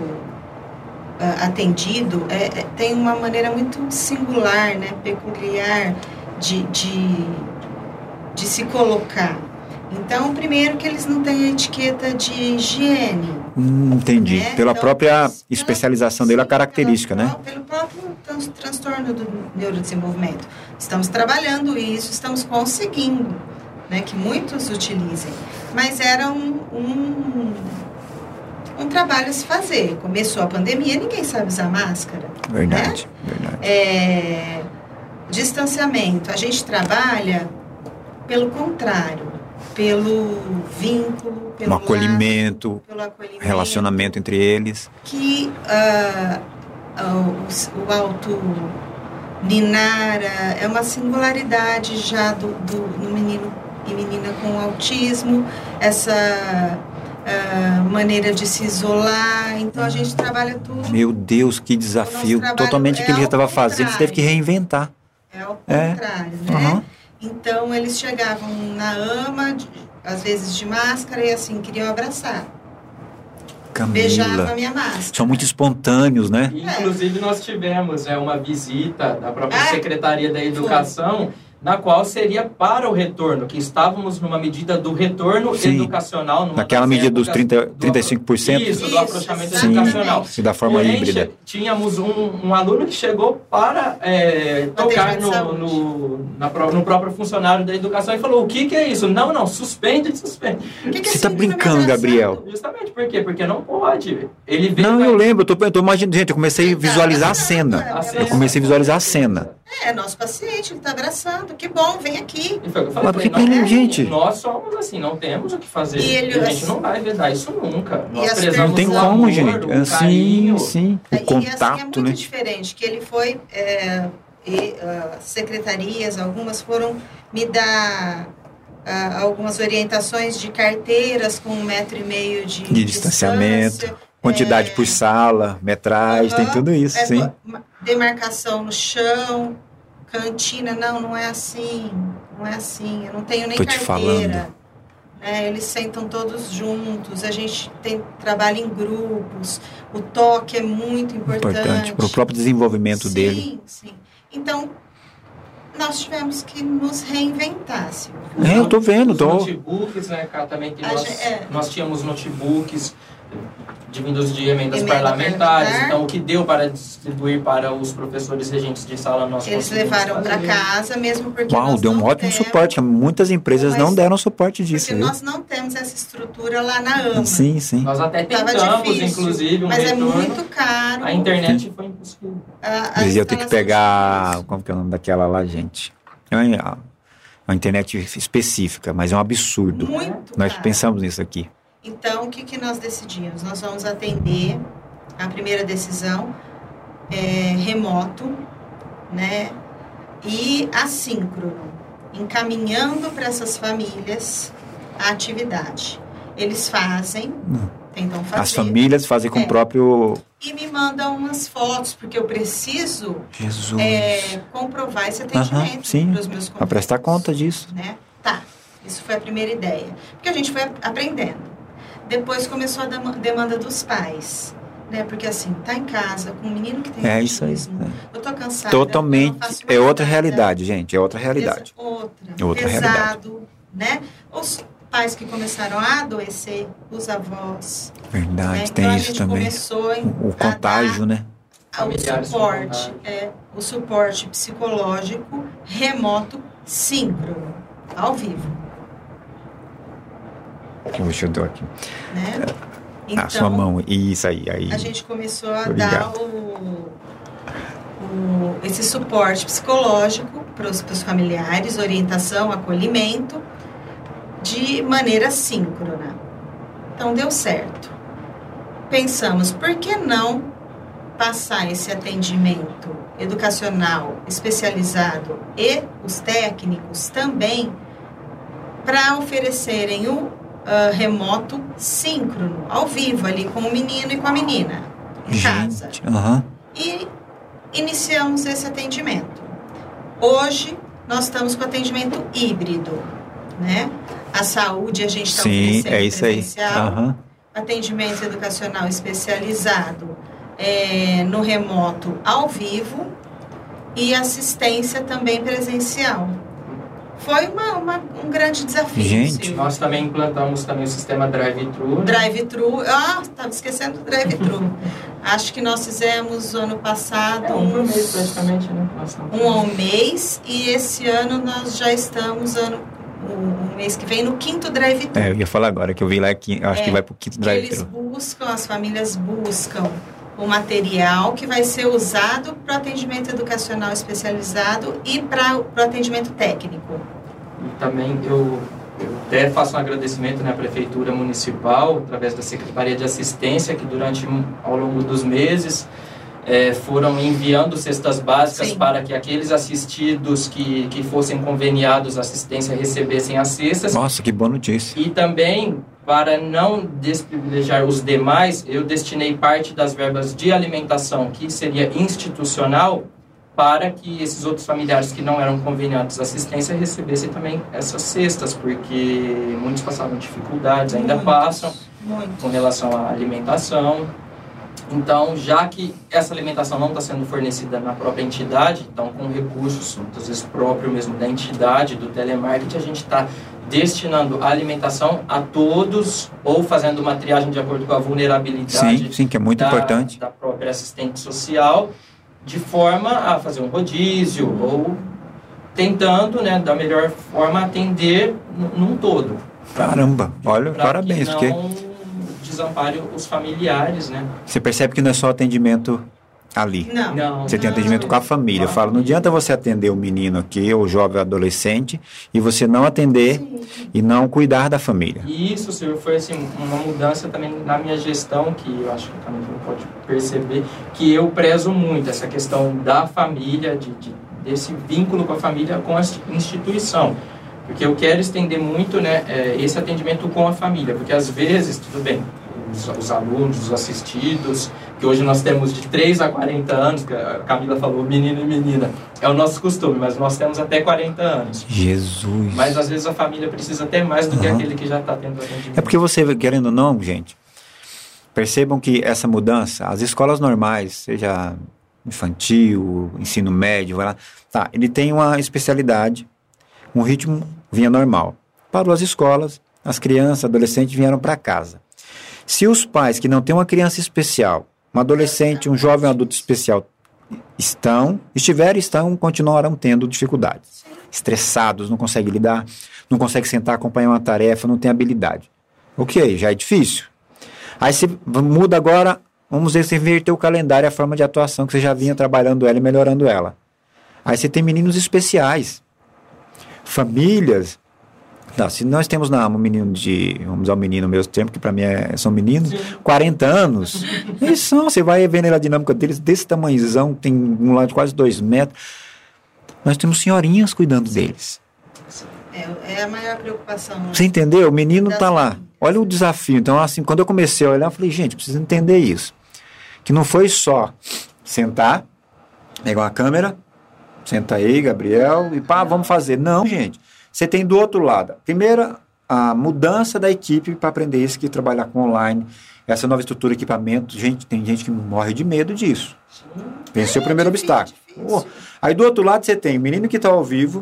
atendido é, é, tem uma maneira muito singular, né, peculiar de, de, de se colocar. Então, primeiro que eles não têm a etiqueta de higiene. Hum, entendi. Né? Pela então, própria especialização dele, a característica, pela, né? Pelo próprio trans, transtorno do neurodesenvolvimento. Estamos trabalhando isso, estamos conseguindo, né, que muitos utilizem. Mas era um, um, um trabalho a se fazer. Começou a pandemia, ninguém sabe usar máscara. Verdade, né? verdade. É, distanciamento. A gente trabalha pelo contrário. Pelo vínculo, pelo, um acolhimento, laço, pelo acolhimento, relacionamento entre eles. Que uh, uh, o, o auto Ninara é uma singularidade já do, do, no menino e menina com autismo, essa uh, maneira de se isolar. Então a gente trabalha tudo. Meu Deus, que desafio! Totalmente o que ele já estava fazendo, você teve que reinventar. É ao contrário, é. né? Uhum. Então, eles chegavam na AMA, de, às vezes de máscara, e assim, queriam abraçar. Camila. Beijava a minha máscara. São muito espontâneos, né? Inclusive, nós tivemos é, uma visita da própria ah, Secretaria da Educação, na qual seria para o retorno, que estávamos numa medida do retorno Sim. educacional. Numa Naquela das medida dos épocas trinta, do- trinta e cinco por cento? Isso, do Isso, afrouxamento exatamente. educacional. E da forma Porém, híbrida. che- tínhamos um, um aluno que chegou para é, tocar atendimento de no, saúde. no, na pró- no próprio funcionário da educação e falou, o que, que é isso? Não, não, suspende, suspende. O que que é Você tá síndrome brincando, ameaçada? Gabriel? Justamente por quê? Porque não pode. Ele veio Não, pra- eu lembro, eu tô, eu tô imaginando, gente, eu comecei a visualizar a cena. A cena. Eu comecei a visualizar a cena. É, nosso paciente, ele está abraçando. Que bom, vem aqui. E foi o que eu falei, Mas por que falei, que não, ele- gente? nós somos assim, não temos o que fazer. E ele- E a gente não vai vedar isso nunca. Nós as prezamos Não tem o como, amor, gente. o É, sim, carinho. sim. O E assim, é contato, muito né? diferente, que ele foi, é, e, ah, secretarias, algumas foram me dar ah, algumas orientações de carteiras com um metro e meio de, De distanciamento, distância, quantidade é, por sala, metragem, tem aham, tudo isso, é, sim. ma- demarcação no chão, cantina, não, não é assim, não é assim, eu não tenho nem Tô te carteira. falando. Né, eles sentam todos juntos, a gente tem trabalho em grupos, o toque é muito importante. Importante para o próprio desenvolvimento sim, dele. Sim, sim. Então, nós tivemos que nos reinventar, Silvio. É, eu tô vendo, Os tô. notebooks, né, cara, também que A nós, gente- é. nós tínhamos notebooks de vindos de emendas Emenda parlamentares, parlamentar. então o que deu para distribuir para os professores regentes de sala nós Eles conseguimos levaram para fazer. casa, mesmo porque Uau, nós deu um não ótimo temos, suporte. Muitas empresas Mas- não deram suporte disso, porque viu? nós não temos essa estrutura lá na AMA. Sim, sim. Nós até Tava tentamos, difícil, inclusive, um mas é retorno. muito caro. A internet foi impossível. a- a Eles iam ter que instalação pegar. de- Como que é o nome daquela lá, gente? É uma, uma internet específica, mas é um absurdo. Muito Nós caro. pensamos nisso aqui. Então, o que, que nós decidimos? Nós vamos atender, a primeira decisão é remoto, né? E assíncrono, encaminhando para essas famílias a atividade. Eles fazem, tentam fazer. As famílias fazem com É. o próprio. E me mandam umas fotos, porque eu preciso Jesus. é, comprovar esse atendimento Aham, sim, para os meus para prestar companheiros. conta disso. Né? Tá, isso foi a primeira ideia. Porque a gente foi aprendendo. Depois começou a dema- demanda dos pais. Né? Porque assim, tá em casa com um menino que tem É isso aí. autismo, é. eu tô cansada. eu não Totalmente. faço É mais outra nada. realidade, gente. É outra realidade. Pesa- Outra. É outra pesado, né? Os pais que começaram a adoecer, os avós. Verdade, né? tem então a isso gente também. começou em- O, o a contágio, né? dar o Familiares suporte, com é, o suporte psicológico remoto síncrono, ao vivo. Deixa eu dar aqui. Né? a sua mão. Isso aí. aí. A gente começou a Obrigado. dar o, o- esse suporte psicológico para os familiares, orientação, acolhimento, de maneira síncrona. Então, deu certo. Pensamos, por que não passar esse atendimento educacional especializado e os técnicos também para oferecerem o ah, remoto síncrono, ao vivo, ali com o menino e com a menina, em casa. Gente, aham. E iniciamos esse atendimento. Hoje, nós estamos com atendimento híbrido, né? A saúde a gente está Sim, oferecendo é isso aí. presencial, Aham. atendimento educacional especializado é, no remoto ao vivo e assistência também presencial. Foi uma, uma- um grande desafio. Gente. Silvio. Nós também implantamos também o sistema drive-thru. né? Drive-thru, ah, estava esquecendo do drive-thru. Acho que nós fizemos ano passado É, um por uns- mês praticamente, né? Nós estamos- um ao mês, e esse ano nós já estamos, ano, o mês que vem, no quinto drive-thru. É, eu ia falar agora que eu vi lá que eu acho É, que vai pro quinto Eles drive-thru. buscam, as famílias buscam o material que vai ser usado para o atendimento educacional especializado e para o atendimento técnico. E também eu, eu até faço um agradecimento, né, à Prefeitura Municipal, através da Secretaria de Assistência, que durante, ao longo dos meses, eh, foram enviando cestas básicas Sim. para que aqueles assistidos que, que fossem conveniados à assistência recebessem as cestas. Nossa, que boa notícia. E também, para não desprivilegiar os demais, eu destinei parte das verbas de alimentação, que seria institucional, para que esses outros familiares que não eram conveniados à assistência recebessem também essas cestas, porque muitos passavam dificuldades, ainda Muitos, passam, Muito. com relação à alimentação. Então, já que essa alimentação não está sendo fornecida na própria entidade, então com recursos, muitas vezes próprio mesmo da entidade, do telemarketing, a gente está destinando a alimentação a todos ou fazendo uma triagem de acordo com a vulnerabilidade sim, sim, que é muito da, importante. da própria assistente social, de forma a fazer um rodízio ou tentando, né, da melhor forma atender num todo. Caramba, olha, pra parabéns. Que não porque desampare os familiares, né? você percebe que não é só atendimento ali. Não. Não. Você tem atendimento com a família. Eu falo, não adianta você atender o menino aqui, ou o jovem, o adolescente, e você não atender Sim. e não cuidar da família. E isso, senhor, foi assim, uma mudança também na minha gestão, que eu acho que também você pode perceber, que eu prezo muito essa questão da família, de, de, desse vínculo com a família, com a instituição. Porque eu quero estender muito, né, esse atendimento com a família, porque às vezes, tudo bem, os, os alunos, os assistidos, que hoje nós temos de três a quarenta anos, que a Camila falou, menino e menina, é o nosso costume, mas nós temos até quarenta anos. Jesus. Mas às vezes a família precisa até mais do Uhum. que aquele que já está tendo atendimento. É porque você, querendo ou não, gente, percebam que essa mudança, as escolas normais, seja infantil, ensino médio, vai lá, tá, ele tem uma especialidade, um ritmo vinha normal. Parou as escolas, as crianças, adolescentes vieram para casa. Se os pais que não têm uma criança especial, um adolescente, um jovem, um adulto especial, estão, estiverem, estão, continuarão tendo dificuldades. Estressados, não conseguem lidar, não conseguem sentar, acompanhar uma tarefa, não tem habilidade. Ok, já é difícil. Aí você muda agora, vamos ver se você inverter o calendário, a forma de atuação que você já vinha trabalhando ela e melhorando ela. Aí você tem meninos especiais. Famílias. Não, se nós temos na um menino de, vamos usar o menino ao mesmo tempo, que para mim é, são meninos, sim, quarenta anos, eles são, você vai vendo a dinâmica deles desse tamanhozão, tem um lá de quase dois metros. Nós temos senhorinhas cuidando, sim, deles. É, é a maior preocupação. Você entendeu? O menino das tá lá. famílias. Olha o desafio. Então, assim, quando eu comecei a olhar, eu falei, gente, preciso entender isso. Que não foi só sentar, pegar uma câmera, senta aí, Gabriel, e pá, vamos fazer. Não, gente. Você tem do outro lado. Primeiro, a mudança da equipe para aprender isso, que trabalhar com online, essa nova estrutura, equipamento. Gente, tem gente que morre de medo disso. Esse é o primeiro obstáculo. Oh. Aí do outro lado você tem o menino que está ao vivo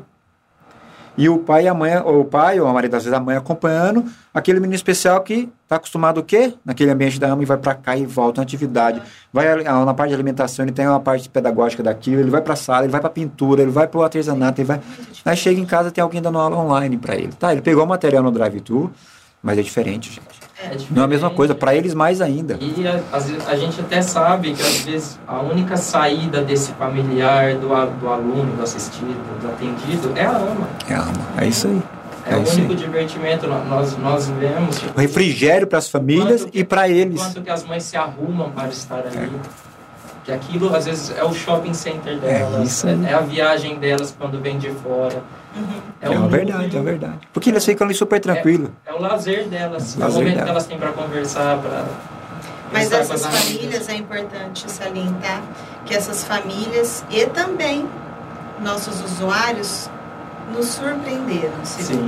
e o pai e a mãe, ou o pai, ou a maioria das vezes a mãe acompanhando aquele menino especial que está acostumado o quê? Naquele ambiente da ama e vai para cá e volta na atividade. Vai na parte de alimentação, ele tem uma parte pedagógica daquilo, ele vai para a sala, ele vai para a pintura, ele vai para o artesanato, ele vai... Aí chega em casa, tem alguém dando aula online para ele. Tá, ele pegou o material no drive-thru, mas é diferente, gente. É diferente. Não é a mesma coisa, para eles mais ainda. E a, a, a gente até sabe que às vezes a única saída desse familiar, do, do aluno, do assistido, do atendido, é a ama. É a ama, é isso aí. É, é o único aí. Divertimento, nós, nós vemos... O refrigério para as famílias que, e para eles. Quanto que as mães se arrumam para estar ali. É. Que aquilo, às vezes, é o shopping center delas, é, isso aí. É a viagem delas quando vem de fora. Uhum. É, é uma verdade, núcleo. É verdade. Porque eles ficam ali super tranquilos. É, é o lazer delas, é o lazer momento delas. que elas têm para conversar, para... Mas essas famílias, é importante salientar que essas famílias e também nossos usuários nos surpreenderam. Sim.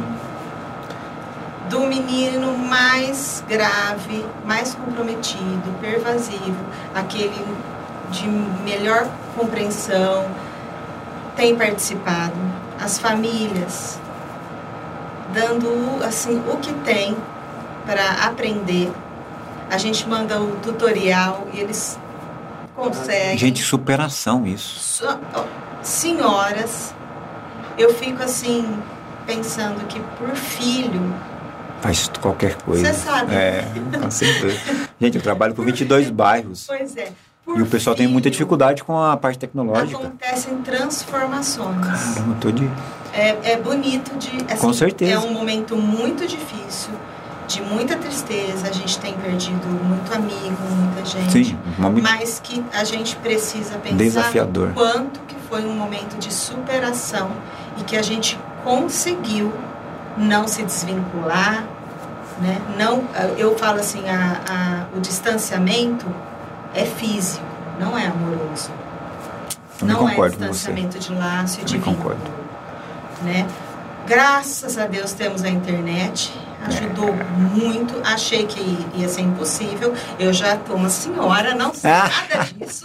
Do menino mais grave, mais comprometido, pervasivo, aquele de melhor compreensão, tem participado. As famílias dando assim o que tem para aprender. A gente manda o tutorial e eles conseguem. Gente, superação isso. So, senhoras, eu fico assim pensando que por filho faz qualquer coisa. Você sabe. É, com certeza. Gente, eu trabalho com vinte e dois bairros. Pois é. E o pessoal tem muita dificuldade com a parte tecnológica. Acontecem transformações. Caramba, tô de... É, é bonito de... Assim, com certeza. É um momento muito difícil, de muita tristeza. A gente tem perdido muito amigo, muita gente. Sim, um momento... Mas que a gente precisa pensar desafiador. No quanto que foi um momento de superação e que a gente conseguiu não se desvincular, né? Não, eu falo assim, a, a, o distanciamento é físico, não é amoroso. Eu não concordo é distanciamento de laço e eu de vínculo, né? Graças a Deus temos a internet, Ajudou muito. Achei que ia ser impossível. Eu já estou uma senhora, não sei Ah. nada disso.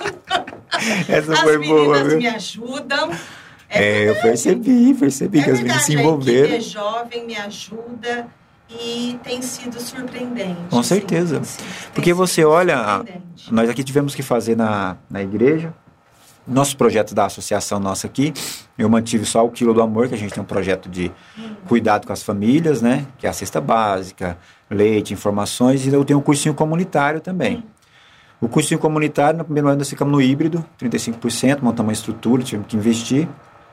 Essa As foi boa, meninas viu? me ajudam. É, eu percebi, percebi É que as meninas verdade, se a envolveram. equipe é jovem, me ajuda e tem sido surpreendente. Com assim, certeza. tem sido- tem Porque sido você olha, a- surpreendente. nós aqui tivemos que fazer na, na igreja, nosso projeto da associação nossa aqui, eu mantive só o Quilo do Amor, que a gente tem um projeto de cuidado com as famílias, né? Que é a cesta básica, leite, informações, e eu tenho um cursinho comunitário também. O cursinho comunitário, no primeiro ano nós ficamos no híbrido, trinta e cinco por cento, montamos uma estrutura, tivemos que investir,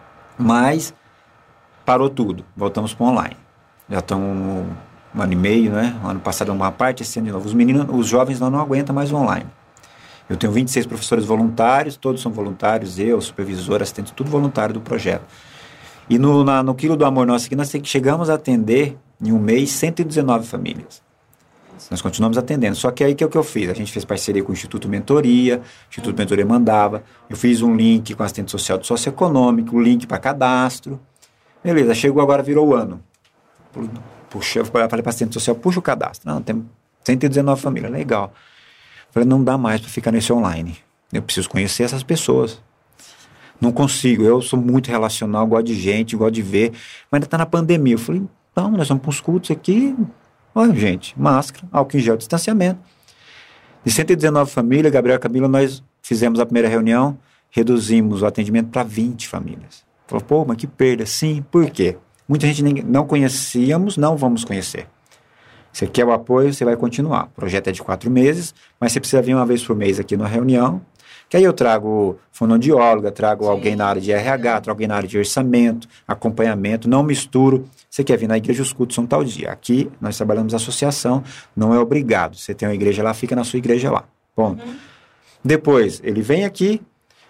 mas parou tudo, voltamos para o online. Já estamos um ano e meio, né? Ano passado uma parte, esse ano de novo. Os meninos, os jovens não, não aguentam mais o online. Eu tenho vinte e seis professores voluntários, todos são voluntários, eu, supervisor, assistente, tudo voluntário do projeto. E no, na, no Quilo do Amor nosso aqui, nós chegamos a atender, em um mês, cento e dezenove famílias. Nós continuamos atendendo. Só que aí que é o que eu fiz? A gente fez parceria com o Instituto Mentoria, o Instituto Mentoria mandava, eu fiz um link com a assistente social do socioeconômico, um link para cadastro. Beleza, chegou agora, virou o ano. Puxa, eu falei para a assistente social, puxa o cadastro. Não, tem cento e dezenove famílias, legal. Falei, não dá mais para ficar nesse online. Eu preciso conhecer essas pessoas. Não consigo, eu sou muito relacional, gosto de gente, gosto de ver, mas ainda está na pandemia. Eu falei, não, nós vamos para os cultos aqui, olha gente, máscara, álcool em gel, distanciamento. De cento e dezenove famílias, Gabriel e Camila, nós fizemos a primeira reunião, reduzimos o atendimento para vinte famílias. Falou, pô, mas que perda. Sim, por quê? Muita gente nem, não conhecíamos, não vamos conhecer. Você quer o apoio, você vai continuar. O projeto é de quatro meses, mas você precisa vir uma vez por mês aqui na reunião, que aí eu trago fonoaudióloga, trago Sim. alguém na área de R H, trago alguém na área de orçamento, acompanhamento, não misturo. Você quer vir na igreja, os cultos são tal dia. Aqui nós trabalhamos associação, não é obrigado. Você tem uma igreja lá, fica na sua igreja lá. Ponto. Uhum. Depois, ele vem aqui,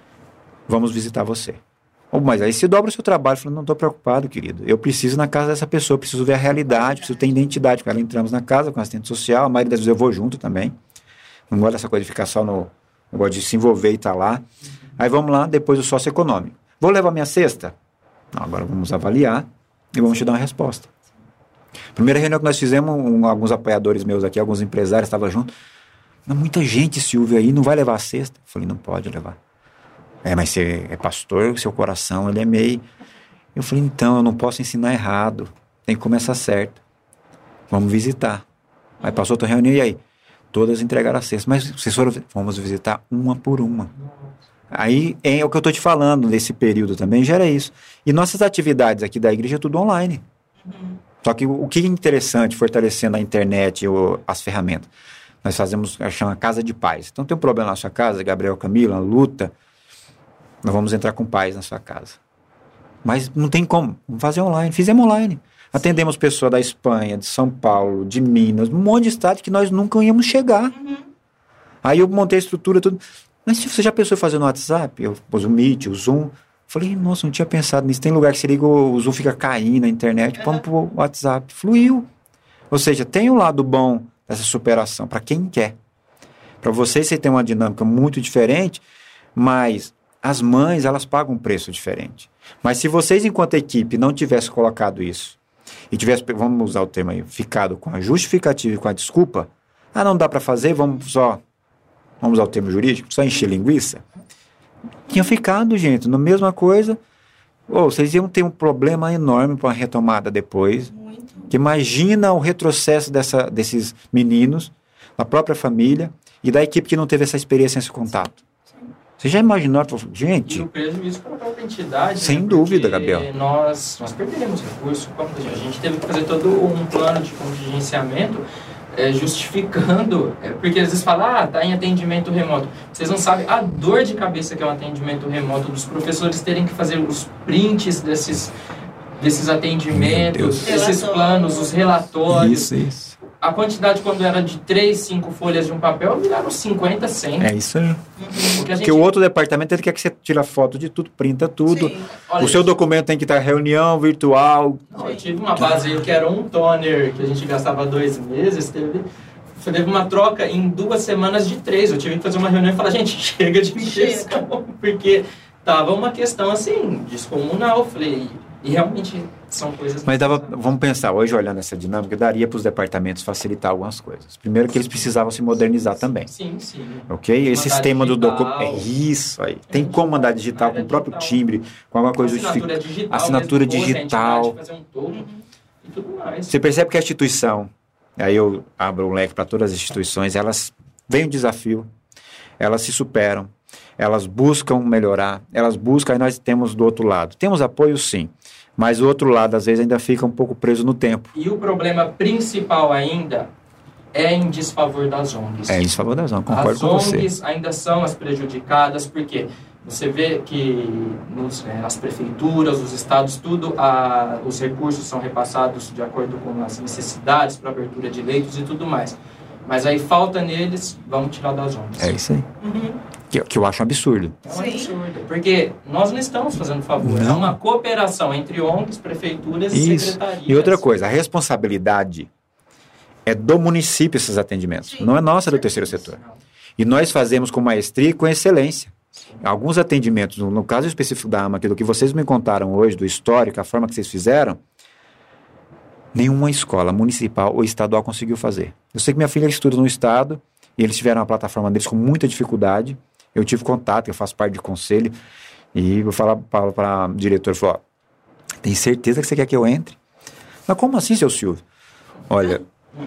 vamos visitar você. Oh, mas aí você dobra o seu trabalho, falando, não estou preocupado, querido. Eu preciso ir na casa dessa pessoa, preciso ver a realidade, preciso ter identidade com ela. Entramos na casa com assistente social, a maioria das vezes eu vou junto também. Não gosto dessa coisa de ficar só no... Eu gosto de se envolver e estar tá lá. Aí vamos lá, depois o socioeconômico. Vou levar minha cesta? Não, agora vamos avaliar e vamos te dar uma resposta. Primeira reunião que nós fizemos, um, alguns apoiadores meus aqui, alguns empresários estavam juntos. Muita gente, Silvio, aí não vai levar a cesta? Eu falei, não pode levar. É, mas você é pastor, seu coração, ele é meio... Eu falei, então, eu não posso ensinar errado. Tem que começar certo. Vamos visitar. Aí passou outra reunião, e aí? Todas entregaram a cesta. Mas vocês foram... Vamos visitar uma por uma. Aí é o que eu estou te falando, nesse período também, gera isso. E nossas atividades aqui da igreja é tudo online. Uhum. Só que o, o que é interessante, fortalecendo a internet ou as ferramentas, nós fazemos, chama Casa de Paz. Então tem um problema na sua casa, Gabriel, Camila, luta... Nós vamos entrar com paz na sua casa. Mas não tem como. Vamos fazer online. Fizemos online. Atendemos pessoas da Espanha, de São Paulo, de Minas, um monte de estado que nós nunca íamos chegar. Uhum. Aí eu montei a estrutura, tudo. Mas se você já pensou em fazer no WhatsApp? Eu pus o Meet, o Zoom. Falei, nossa, não tinha pensado nisso. Tem lugar que você liga, o Zoom fica caindo na internet. Uhum. Vamos pro WhatsApp. Fluiu. Ou seja, tem um lado bom dessa superação, para quem quer. Para vocês, você tem uma dinâmica muito diferente, mas... As mães, elas pagam um preço diferente. Mas se vocês, enquanto equipe, não tivessem colocado isso, e tivessem, vamos usar o termo aí, ficado com a justificativa e com a desculpa, ah, não dá para fazer, vamos só, vamos usar o termo jurídico, só encher linguiça, tinha ficado, gente, na mesma coisa, ou vocês iam ter um problema enorme para uma retomada depois, muito. Que imagina o retrocesso dessa, desses meninos, da própria família, e da equipe que não teve essa experiência, esse contato. Você já imaginou, gente? E o prejuízo para a própria entidade. Sem né? dúvida, Gabriel. Nós, nós perderemos recursos. A gente teve que fazer todo um plano de contingenciamento é, justificando, é, porque às vezes fala, ah, tá em atendimento remoto. Vocês não sabem a dor de cabeça que é um atendimento remoto, dos professores terem que fazer os prints desses, desses atendimentos, desses planos, os relatórios. Isso, isso. A quantidade, quando era de três, cinco folhas de um papel, viraram cinquenta, cem. É isso aí. Uhum. Porque, gente... Porque o outro departamento, ele quer que você tire foto de tudo, printa tudo. Olha, o seu documento tem que estar reunião virtual. Não, eu tive uma base aí que era um toner, que a gente gastava dois meses, teve... Teve uma troca em duas semanas de três. Eu tive que fazer uma reunião e falar, gente, chega de impressão. Porque tava uma questão, assim, descomunal. Eu falei, e realmente... são coisas... Mas dava, vamos pensar, hoje olhando essa dinâmica, daria para os departamentos facilitar algumas coisas. Primeiro que eles precisavam se modernizar também. Sim, sim. Ok? Esse sistema do documento... É isso aí. Tem como mandar digital com o próprio timbre, com alguma coisa... Assinatura digital. Assinatura digital. Fazer um token e tudo mais. Você percebe que a instituição, aí eu abro um leque para todas as instituições, elas veem um desafio, elas se superam, elas buscam melhorar, elas buscam, aí nós temos do outro lado. Temos apoio, sim. Mas o outro lado, às vezes, ainda fica um pouco preso no tempo. E o problema principal ainda é em desfavor das O N Gs. É em desfavor das O N Gs, concordo as com você. As O N Gs ainda são as prejudicadas, porque você vê que nos, é, as prefeituras, os estados, tudo, a, os recursos são repassados de acordo com as necessidades para abertura de leitos e tudo mais. Mas aí falta neles, vamos tirar das O N Gs. É isso aí. Uhum. Que, que eu acho um absurdo. É um absurdo, porque nós não estamos fazendo favor, não. É uma cooperação entre O N Gs, prefeituras Isso. e secretarias. E outra coisa, a responsabilidade é do município esses atendimentos, Sim, não é nossa do terceiro setor. Não. E nós fazemos com maestria e com excelência. Sim. Alguns atendimentos, no caso específico da AMA, aquilo que vocês me contaram hoje, do histórico, a forma que vocês fizeram, nenhuma escola municipal ou estadual conseguiu fazer. Eu sei que minha filha estuda no estado, e eles tiveram uma plataforma deles com muita dificuldade. Eu tive contato, eu faço parte de conselho, e vou falar para o diretor, falar, tem certeza que você quer que eu entre? Mas como assim, seu Silvio? Olha,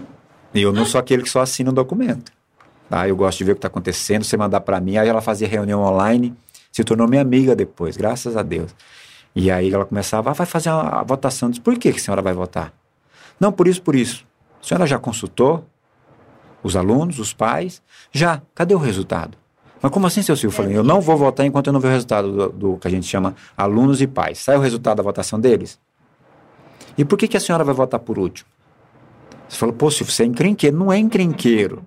eu não sou aquele que só assina o documento. Tá? Eu gosto de ver o que está acontecendo, você mandar para mim. Aí ela fazia reunião online, se tornou minha amiga depois, graças a Deus. E aí ela começava, ah, vai fazer a, a votação. Eu disse, por que, que a senhora vai votar? Não, por isso, por isso. A senhora já consultou os alunos, os pais? Já. Cadê o resultado? Mas como assim, seu Silvio? Eu falei, eu não vou votar enquanto eu não ver o resultado do, do que a gente chama alunos e pais. Sai o resultado da votação deles? E por que, que a senhora vai votar por último? Você falou, pô, Silvio, você é encrenqueiro. Não é encrenqueiro.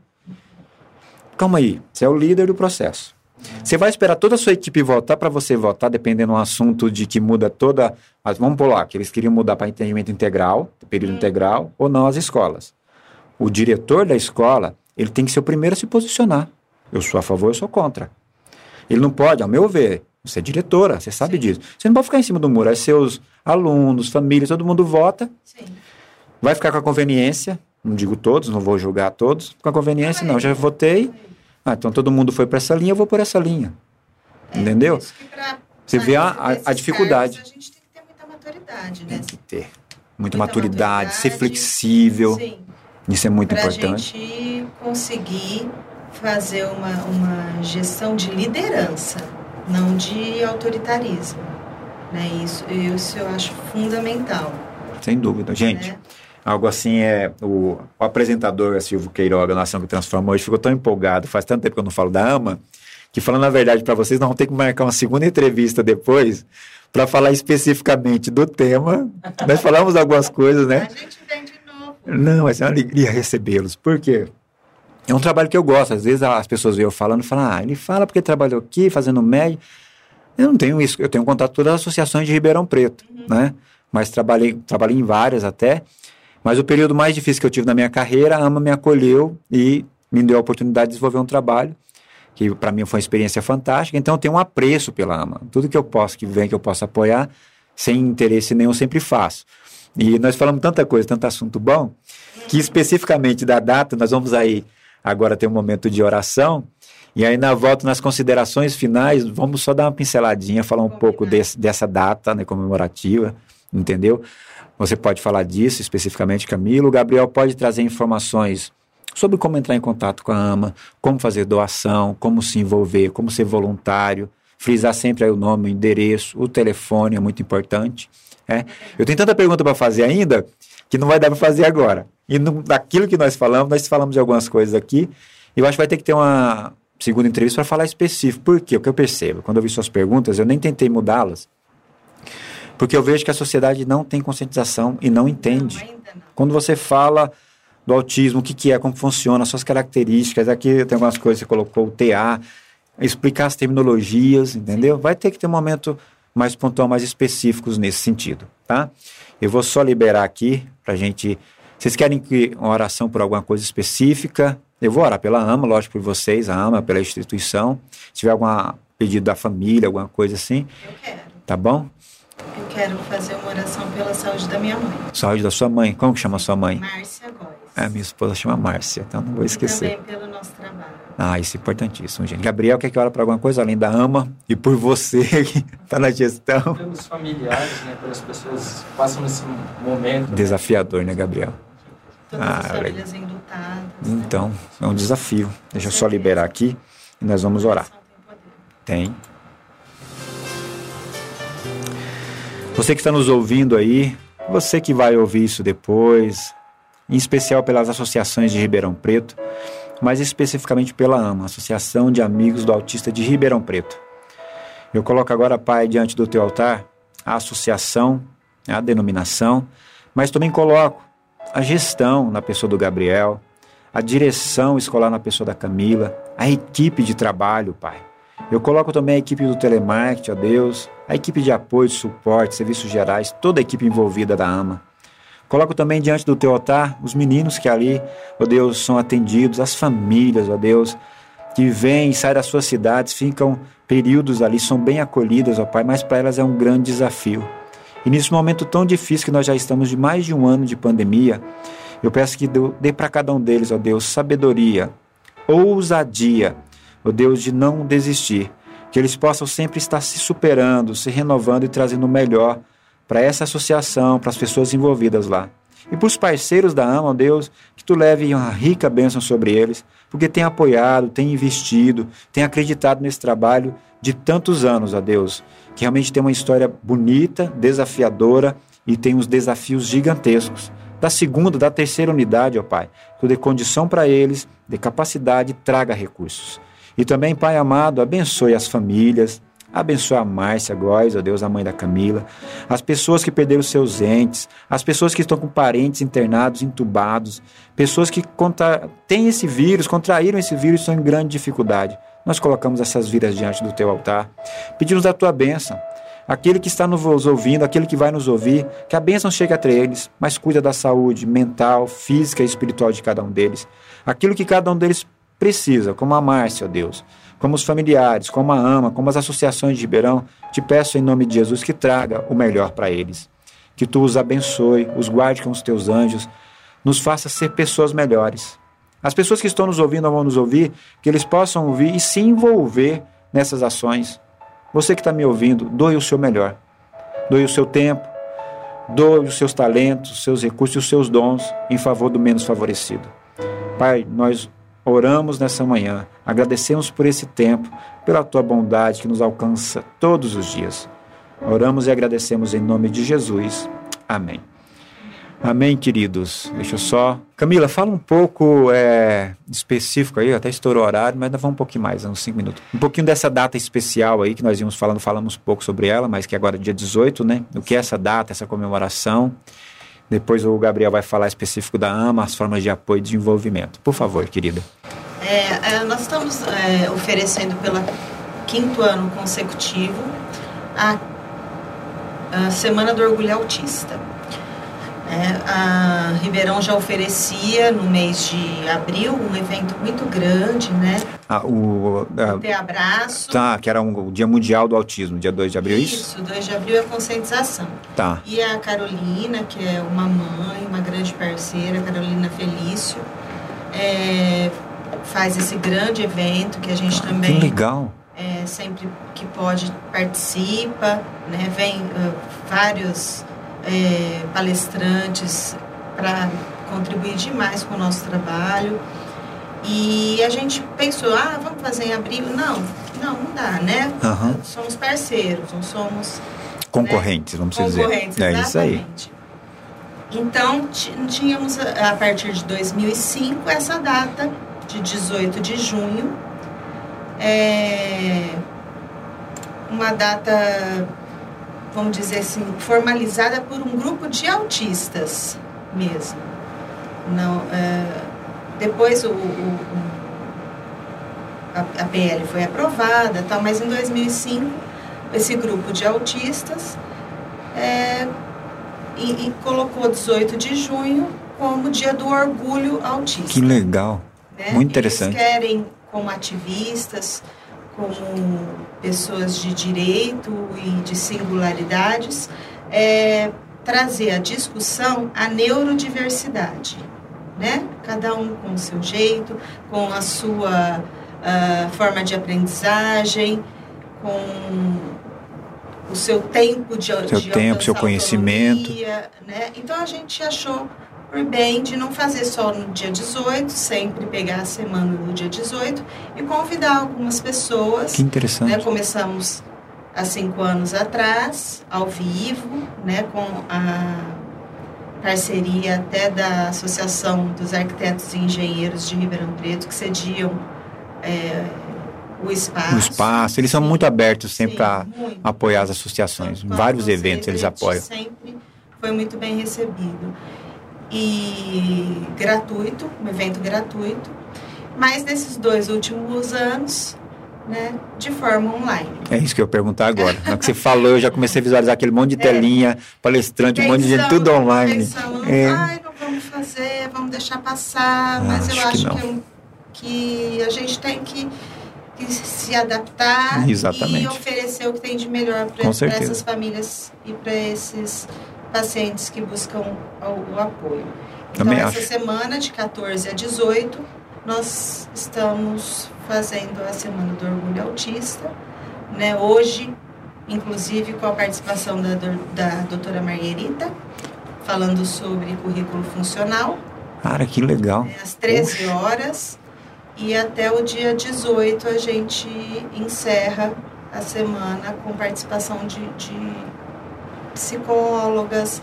Calma aí, você é o líder do processo. Você vai esperar toda a sua equipe votar para você votar, dependendo de um assunto de que muda toda... Mas vamos por lá, que eles queriam mudar para entendimento integral, período hum. integral, ou não as escolas. O diretor da escola, ele tem que ser o primeiro a se posicionar. Eu sou a favor, eu sou contra. Ele não pode, ao meu ver, você é diretora, você sabe Sim. disso. Você não pode ficar em cima do muro, é seus alunos, famílias, todo mundo vota. Sim. Vai ficar com a conveniência, não digo todos, não vou julgar todos, com a conveniência, não, já votei, ah, então todo mundo foi para essa linha, eu vou por essa linha. É, Entendeu? Pra, você vê a, a, a dificuldade. Cargos, a gente tem que ter muita maturidade, né? Tem que ter muita, muita maturidade, maturidade, ser flexível. Sim. Isso é muito pra importante. Para a gente conseguir fazer uma, uma gestão de liderança, não de autoritarismo. Né? Isso, isso eu acho fundamental. Sem dúvida. Gente, né? Algo assim é... O, o apresentador, Silvio Queiroga, na Ação que Transforma, hoje ficou tão empolgado, faz tanto tempo que eu não falo da AMA, que falando a verdade para vocês, nós vamos ter que marcar uma segunda entrevista depois para falar especificamente do tema. Nós falamos algumas coisas, né? A gente vem de novo. Não, mas é uma alegria recebê-los. Por quê? É um trabalho que eu gosto. Às vezes as pessoas veem eu falando e falam, ah, ele fala porque trabalhou aqui, fazendo médio. Eu não tenho isso. Eu tenho contato com todas as associações de Ribeirão Preto, uhum. né? Mas trabalhei, trabalhei em várias até. Mas o período mais difícil que eu tive na minha carreira, a AMA me acolheu e me deu a oportunidade de desenvolver um trabalho que para mim foi uma experiência fantástica. Então eu tenho um apreço pela AMA. Tudo que eu posso, que vem, que eu posso apoiar, sem interesse nenhum, eu sempre faço. E nós falamos tanta coisa, tanto assunto bom, que especificamente da data, nós vamos aí agora ter um momento de oração, e aí na volta, nas considerações finais, vamos só dar uma pinceladinha, falar um pouco desse, dessa data, né, comemorativa, entendeu? Você pode falar disso especificamente, Camilo. O Gabriel pode trazer informações sobre como entrar em contato com a AMA, como fazer doação, como se envolver, como ser voluntário, frisar sempre aí o nome, o endereço, o telefone, é muito importante. É. Eu tenho tanta pergunta para fazer ainda, que não vai dar para fazer agora. E no, daquilo que nós falamos, nós falamos de algumas coisas aqui, e eu acho que vai ter que ter uma segunda entrevista para falar específico. Por quê? O que eu percebo, quando eu vi suas perguntas, eu nem tentei mudá-las, porque eu vejo que a sociedade não tem conscientização e não entende. Não, ainda não. Quando você fala do autismo, o que, que é, como funciona, suas características, aqui tem algumas coisas que você colocou, o T A, explicar as terminologias, entendeu? Sim. Vai ter que ter um momento mais pontual, mais específicos nesse sentido, tá? Eu vou só liberar aqui pra gente... Vocês querem que uma oração por alguma coisa específica? Eu vou orar pela AMA, lógico, por vocês, a AMA, pela instituição. Se tiver algum pedido da família, alguma coisa assim. Eu quero. Tá bom? Eu quero fazer uma oração pela saúde da minha mãe. Saúde da sua mãe. Como que chama a sua mãe? Márcia Góes. É, minha esposa chama Márcia, então não vou esquecer. E também pelo nosso trabalho. Ah, isso é importantíssimo, gente. Gabriel, quer que ora para alguma coisa além da ama e por você que está na gestão? Pelos familiares, né, pelas pessoas que passam nesse momento. Desafiador, né, Gabriel? Todas Ah, as famílias enlutadas. Então, é um desafio. Deixa eu só liberar aqui e nós vamos orar. Tem. Você que está nos ouvindo aí, você que vai ouvir isso depois, em especial pelas associações de Ribeirão Preto, mas especificamente pela AMA, Associação de Amigos do Autista de Ribeirão Preto. Eu coloco agora, Pai, diante do teu altar, a associação, a denominação, mas também coloco a gestão na pessoa do Gabriel, a direção escolar na pessoa da Camila, a equipe de trabalho, Pai. Eu coloco também a equipe do telemarketing, ó Deus, a equipe de apoio, de suporte, serviços gerais, toda a equipe envolvida da AMA. Coloco também diante do teu altar os meninos que ali, ó Deus, são atendidos, as famílias, ó Deus, que vêm e saem das suas cidades, ficam períodos ali, são bem acolhidas, ó Pai, mas para elas é um grande desafio. E nesse momento tão difícil que nós já estamos de mais de um ano de pandemia, eu peço que dê para cada um deles, ó Deus, sabedoria, ousadia, ó Deus, de não desistir, que eles possam sempre estar se superando, se renovando e trazendo o melhor para essa associação, para as pessoas envolvidas lá. E para os parceiros da AMA, ó Deus, que Tu leve uma rica bênção sobre eles, porque tem apoiado, tem investido, tem acreditado nesse trabalho de tantos anos, ó Deus, que realmente tem uma história bonita, desafiadora e tem uns desafios gigantescos. Da segunda, da terceira unidade, ó Pai, Tu dê condição para eles, dê capacidade, traga recursos. E também, Pai amado, abençoe as famílias, abençoe a Márcia Góes, ó Deus, a mãe da Camila, as pessoas que perderam seus entes, as pessoas que estão com parentes internados, entubados, pessoas que contra... têm esse vírus, contraíram esse vírus e estão em grande dificuldade. Nós colocamos essas vidas diante do Teu altar, pedimos da Tua bênção. Aquele que está nos ouvindo, aquele que vai nos ouvir, que a bênção chegue até eles, mas cuida da saúde mental, física e espiritual de cada um deles. Aquilo que cada um deles precisa, como a Márcia, ó Deus, como os familiares, como a AMA, como as associações de Ribeirão, te peço em nome de Jesus que traga o melhor para eles. Que Tu os abençoe, os guarde com os Teus anjos, nos faça ser pessoas melhores. As pessoas que estão nos ouvindo ou vão nos ouvir, que eles possam ouvir e se envolver nessas ações. Você que está me ouvindo, doe o seu melhor. Doe o seu tempo, doe os seus talentos, os seus recursos e os seus dons em favor do menos favorecido. Pai, nós oramos nessa manhã, agradecemos por esse tempo, pela Tua bondade que nos alcança todos os dias. Oramos e agradecemos em nome de Jesus. Amém. Amém, queridos. Deixa eu só... Camila, fala um pouco é, específico aí, até estourou o horário, mas ainda vamos um pouquinho mais, uns cinco minutos. Um pouquinho dessa data especial aí, que nós íamos falando, falamos um pouco sobre ela, mas que agora é dia dezoito, né? O que é essa data, essa comemoração? Depois o Gabriel vai falar específico da AMA, as formas de apoio e desenvolvimento. Por favor, querida. É, nós estamos é, oferecendo pelo quinto ano consecutivo a, a Semana do Orgulho Autista. É, a Ribeirão já oferecia no mês de abril um evento muito grande, né? Ah, o... o Te Abraço. Tá, que era um, o Dia Mundial do Autismo, dia dois de abril, isso? Isso, dois de abril é a conscientização. Tá. E a Carolina, que é uma mãe, uma grande parceira, Carolina Felício, é, faz esse grande evento que a gente ah, também... Que legal! É, sempre que pode participa, né? Vem uh, vários... É, palestrantes para contribuir demais com o nosso trabalho. E a gente pensou, ah, vamos fazer em abril? Não, não, não dá, né? Uhum. Somos parceiros, não somos... Concorrentes, né? Vamos dizer. Concorrentes, é isso aí. Então, tínhamos, a partir de dois mil e cinco, essa data de dezoito de junho. É uma data... vamos dizer assim, formalizada por um grupo de autistas mesmo. Não, é, depois o, o, a, a P L foi aprovada, tal, mas em dois mil e cinco, esse grupo de autistas é, e, e colocou dezoito de junho como Dia do Orgulho Autista. Que legal, né? Muito interessante. Eles querem, como ativistas, como pessoas de direito e de singularidades, é trazer a discussão a neurodiversidade, né? Cada um com o seu jeito, com a sua uh, forma de aprendizagem, com o seu tempo de seu de tempo, seu conhecimento, né? Então a gente achou por bem de não fazer só no dia dezoito, sempre pegar a semana do dia dezoito e convidar algumas pessoas. Que interessante. Né? Começamos há cinco anos atrás, ao vivo, né? Com a parceria até da Associação dos Arquitetos e Engenheiros de Ribeirão Preto, que cediam é, o espaço. O espaço, eles são sim, muito abertos sempre para muito, apoiar as associações. Em vários eventos eles apoiam. Sempre foi muito bem recebido. E gratuito, um evento gratuito. Mas nesses dois últimos anos, né, de forma online. É isso que eu ia perguntar agora. Na que você falou, eu já comecei a visualizar aquele monte de telinha, é, palestrante, um monte de gente, tudo online. Pensamos, é. Ai, não vamos fazer, vamos deixar passar. Mas acho eu acho que, que, que a gente tem que, que se adaptar. Exatamente. E oferecer o que tem de melhor para essas famílias e para esses pacientes que buscam o, o apoio. Então, Também essa acho. semana, de quatorze a dezoito, nós estamos fazendo a Semana do Orgulho Autista, né? Hoje, inclusive, com a participação da, da doutora Marguerita, falando sobre currículo funcional. Cara, que legal. Né? Às treze horas, e até o dia dezoito a gente encerra a semana com participação de, de psicólogas,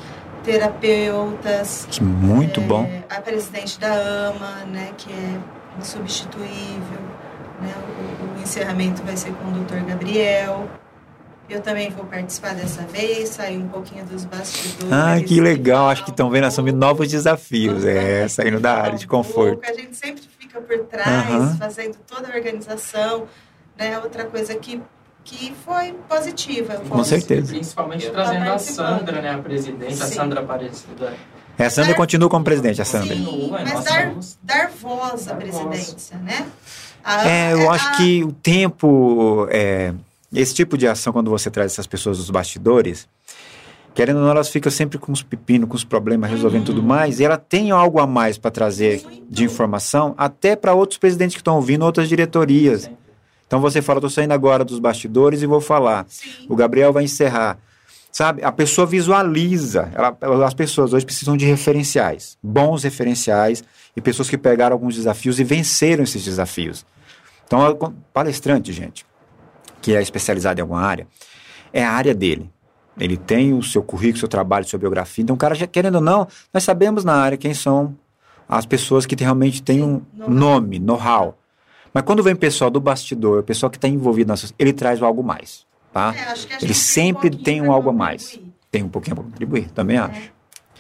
terapeutas. Que muito é, bom. A presidente da AMA, né, que é insubstituível. Né, o, o encerramento vai ser com o doutor Gabriel. Eu também vou participar dessa vez, sair um pouquinho dos bastidores. Ah, que legal. Acho que estão vendo assumir novos desafios, é, saindo da área de conforto. Um a gente sempre fica por trás, uhum. fazendo toda a organização. Né, outra coisa que que foi positiva. Com certeza. Principalmente trazendo a Sandra, né, a presidente, Sim. a Sandra Aparecida. É, a Sandra dar, continua como presidente, a Sandra. Sim, mas dar, vamos... dar voz à presidência, né? A, é, eu a, acho que o tempo, é, esse tipo de ação, quando você traz essas pessoas dos bastidores, querendo ou não, elas ficam sempre com os pepinos, com os problemas, resolvendo uhum. tudo mais, e ela tem algo a mais para trazer Muito. de informação, até para outros presidentes que estão ouvindo, outras diretorias. Sim. Então você fala, estou saindo agora dos bastidores e vou falar. Sim. O Gabriel vai encerrar. Sabe, a pessoa visualiza. Ela, as pessoas hoje precisam de referenciais, bons referenciais, e pessoas que pegaram alguns desafios e venceram esses desafios. Então, palestrante, gente, que é especializado em alguma área, é a área dele. Ele tem o seu currículo, seu trabalho, sua biografia. Então, o cara, já, querendo ou não, nós sabemos na área quem são as pessoas que realmente têm um nome, know-how. Mas quando vem o pessoal do bastidor, o pessoal que está envolvido na sociedade, ele traz algo mais, tá? É, acho que a gente ele sempre tem, um tem um algo a mais. Tem um pouquinho para contribuir, também é. acho.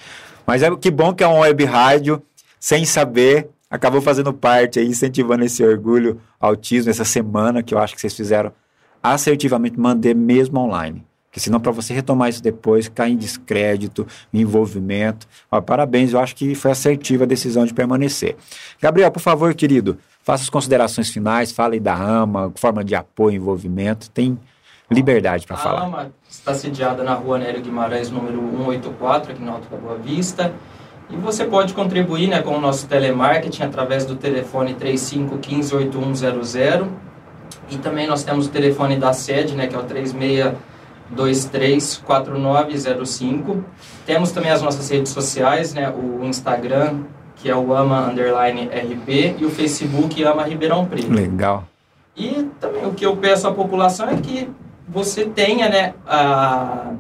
Mas é que bom que é uma web rádio, sem saber, acabou fazendo parte aí, incentivando esse orgulho autismo, essa semana que eu acho que vocês fizeram assertivamente, manter mesmo online. Porque senão, para você retomar isso depois, cai em descrédito, em envolvimento. Ó, parabéns, eu acho que foi assertiva a decisão de permanecer. Gabriel, por favor, querido, faça as considerações finais, fale da AMA, forma de apoio, envolvimento, tem liberdade para falar. A AMA está sediada na rua Nélio Guimarães, número cento e oitenta e quatro, aqui no Alto da Boa Vista. E você pode contribuir, né, com o nosso telemarketing através do telefone três cinco um cinco, oito um zero zero. E também nós temos o telefone da sede, né, que é o três seis dois três quatro nove zero cinco. Temos também as nossas redes sociais, né, o Instagram, que é o ama underline R P, e o Facebook ama Ribeirão Preto. Legal. E também o que eu peço à população é que você tenha, né, a,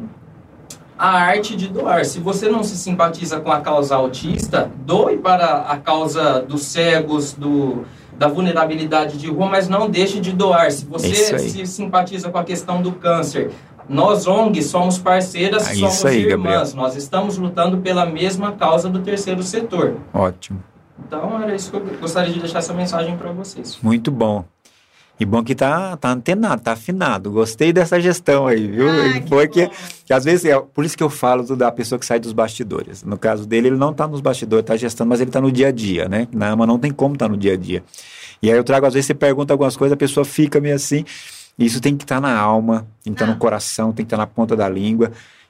a arte de doar. Se você não se simpatiza com a causa autista, doe para a causa dos cegos, do, da vulnerabilidade de rua, mas não deixe de doar. Se você se simpatiza com a questão do câncer, nós, O N G, somos parceiras, ah, somos aí, irmãs. Gabriel. Nós estamos lutando pela mesma causa do terceiro setor. Ótimo. Então, era isso que eu gostaria de deixar essa mensagem para vocês. Muito bom. E bom que tá, tá antenado, tá afinado. Gostei dessa gestão aí, viu? Ah, que Foi que, que às vezes, é por isso que eu falo da pessoa que sai dos bastidores. No caso dele, ele não tá nos bastidores, tá gestando, mas ele tá no dia a dia, né? Na AMA não tem como tá no dia a dia. E aí eu trago, às vezes, você pergunta algumas coisas, a pessoa fica meio assim. Isso tem que estar tá na alma, tem que estar tá no coração, tem que estar tá na ponta da língua.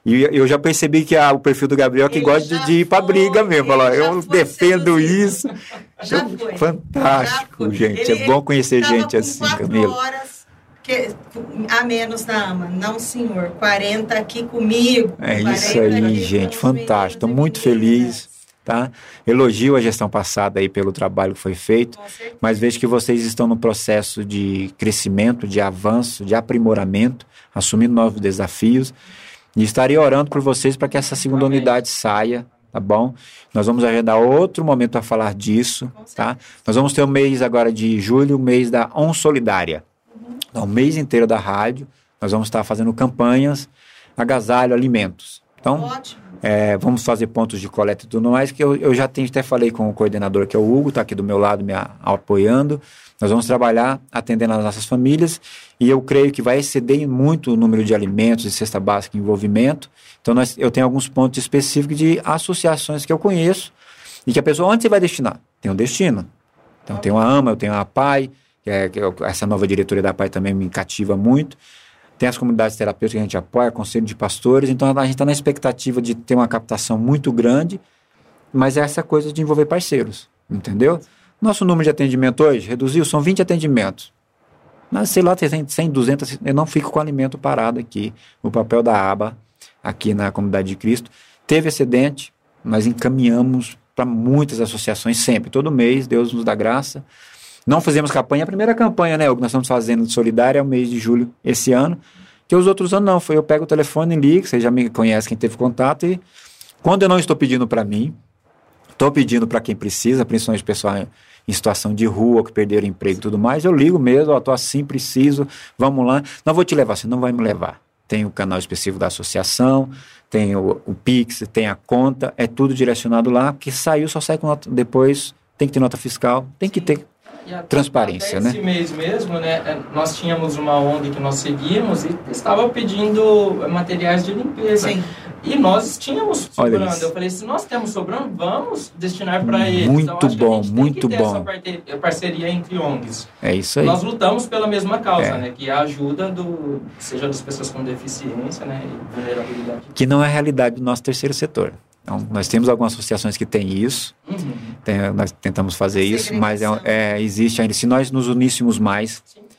E eu já percebi que a, o perfil do Gabriel é que Ele gosta de, de ir para foi, briga mesmo. Fala, eu defendo isso. Já então, foi. Fantástico, Já foi. gente. Ele, é bom conhecer ele gente assim, quatro Camila. horas que, a menos na AMA. Não, senhor. quarenta aqui comigo. É isso aí, gente. Fantástico. Estou muito feliz. Tá? Elogio a gestão passada aí pelo trabalho que foi feito, mas vejo que vocês estão no processo de crescimento, de avanço, de aprimoramento, assumindo novos desafios, e estaria orando por vocês para que essa segunda unidade saia, tá bom? Nós vamos agendar outro momento para falar disso, tá? Nós vamos ter o mês agora de julho, o mês da On Solidária, então, o mês inteiro da rádio, nós vamos estar fazendo campanhas, agasalho, alimentos. Então, Ótimo. É, vamos fazer pontos de coleta e tudo mais, que eu, eu já tenho, até falei com o coordenador, que é o Hugo, está aqui do meu lado me a, apoiando. Nós vamos trabalhar atendendo as nossas famílias e eu creio que vai exceder muito o número de alimentos, de cesta básica e envolvimento. Então, nós, eu tenho alguns pontos específicos de associações que eu conheço e que a pessoa, onde você vai destinar? Tem um destino. Então, tem uma AMA, eu tenho a PAI, que é, que é, essa nova diretoria da PAI também me cativa muito. Tem as comunidades terapêuticas que a gente apoia, conselho de pastores, então a gente está na expectativa de ter uma captação muito grande, mas é essa coisa de envolver parceiros, entendeu? Nosso número de atendimento hoje reduziu, são vinte atendimentos. Mas sei lá, tem cem, duzentos, eu não fico com alimento parado aqui, o papel da aba, aqui na Comunidade de Cristo. Teve excedente, nós encaminhamos para muitas associações sempre, todo mês, Deus nos dá graça. Não fizemos campanha, a primeira campanha, né, o que nós estamos fazendo de Solidária é o mês de julho esse ano, que os outros anos não, foi eu pego o telefone e ligo, você já me conhece quem teve contato, e quando eu não estou pedindo para mim, estou pedindo para quem precisa, principalmente pessoal em, em situação de rua, que perderam emprego e tudo mais, eu ligo mesmo, estou assim, preciso, vamos lá, não vou te levar, você não vai me levar. Tem o canal específico da associação, tem o, o Pix, tem a conta, é tudo direcionado lá, porque saiu, só sai com nota, depois tem que ter nota fiscal, tem que ter E até, transparência, até né? Esse mês mesmo, né, nós tínhamos uma O N G que nós seguimos e estava pedindo materiais de limpeza. Sim. E nós tínhamos Olha sobrando. isso. Eu falei, se nós temos sobrando, vamos destinar para eles. Muito então, acho bom, que a gente muito tem que ter bom. essa parceria, parceria entre O N Gs. É isso aí. Nós lutamos pela mesma causa, É. né? Que é a ajuda, do, seja das pessoas com deficiência, né? E vulnerabilidade. Que não é a realidade do nosso terceiro setor. Então, nós temos algumas associações que têm isso, Uhum. tem, nós tentamos fazer isso, mas é, é, existe ainda. Se nós nos uníssemos mais,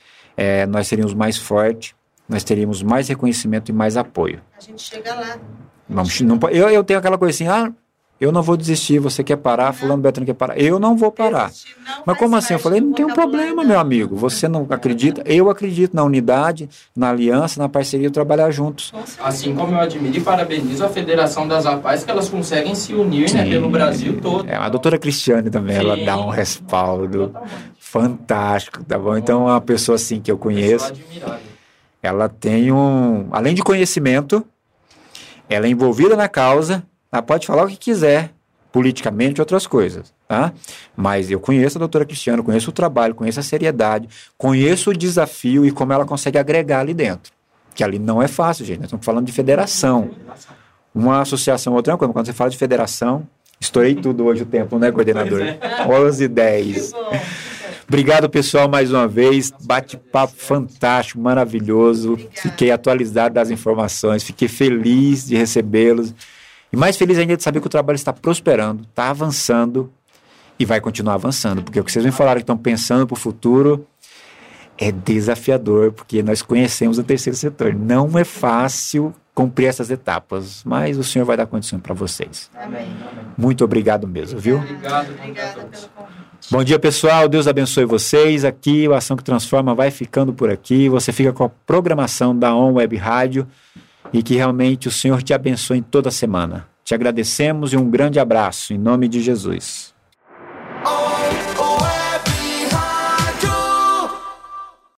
é, nós seríamos mais fortes, nós teríamos mais reconhecimento e mais apoio. A gente chega lá. Vamos, não, eu, eu tenho aquela coisa assim, ah, eu não vou desistir, você quer parar, fulano Beltrano quer parar. Eu não vou parar. Desistir não Mas faz como assim? Eu parte falei, do não tem um vocabulário problema, da- meu amigo. Você não acredita? Eu acredito na unidade, na aliança, na parceria, trabalhar juntos. Com certeza. Assim como eu admiro e parabenizo a Federação das APAES, que elas conseguem se unir, né, Sim. pelo Brasil todo. É, a doutora Cristiane também, ela Sim. dá um respaldo Totalmente. fantástico, tá bom? Então, é uma pessoa assim que eu conheço, Pessoa admirável. ela tem um, além de conhecimento, ela é envolvida na causa, ela pode falar o que quiser, politicamente, outras coisas, tá? Mas eu conheço a doutora Cristiane, conheço o trabalho, conheço a seriedade, conheço o desafio e como ela consegue agregar ali dentro. Que ali não é fácil, gente, nós estamos falando de federação. Uma associação, outra é uma coisa, quando você fala de federação, estourei tudo hoje o tempo, né, coordenador? onze e dez. Que bom. Obrigado, pessoal, mais uma vez. Bate-papo fantástico, maravilhoso. Obrigada. Fiquei atualizado das informações, fiquei feliz de recebê-los. E mais feliz ainda de saber que o trabalho está prosperando, está avançando e vai continuar avançando. Porque o que vocês me falaram que estão pensando para o futuro é desafiador, porque nós conhecemos o terceiro setor. Não é fácil cumprir essas etapas, mas o Senhor vai dar condição para vocês. Amém. Muito obrigado mesmo, viu? Obrigado. Obrigada pelo convite. Bom dia, pessoal. Deus abençoe vocês. Aqui, o Ação que Transforma vai ficando por aqui. Você fica com a programação da On Web Rádio e que realmente o Senhor te abençoe em toda a semana. Te agradecemos e um grande abraço em nome de Jesus.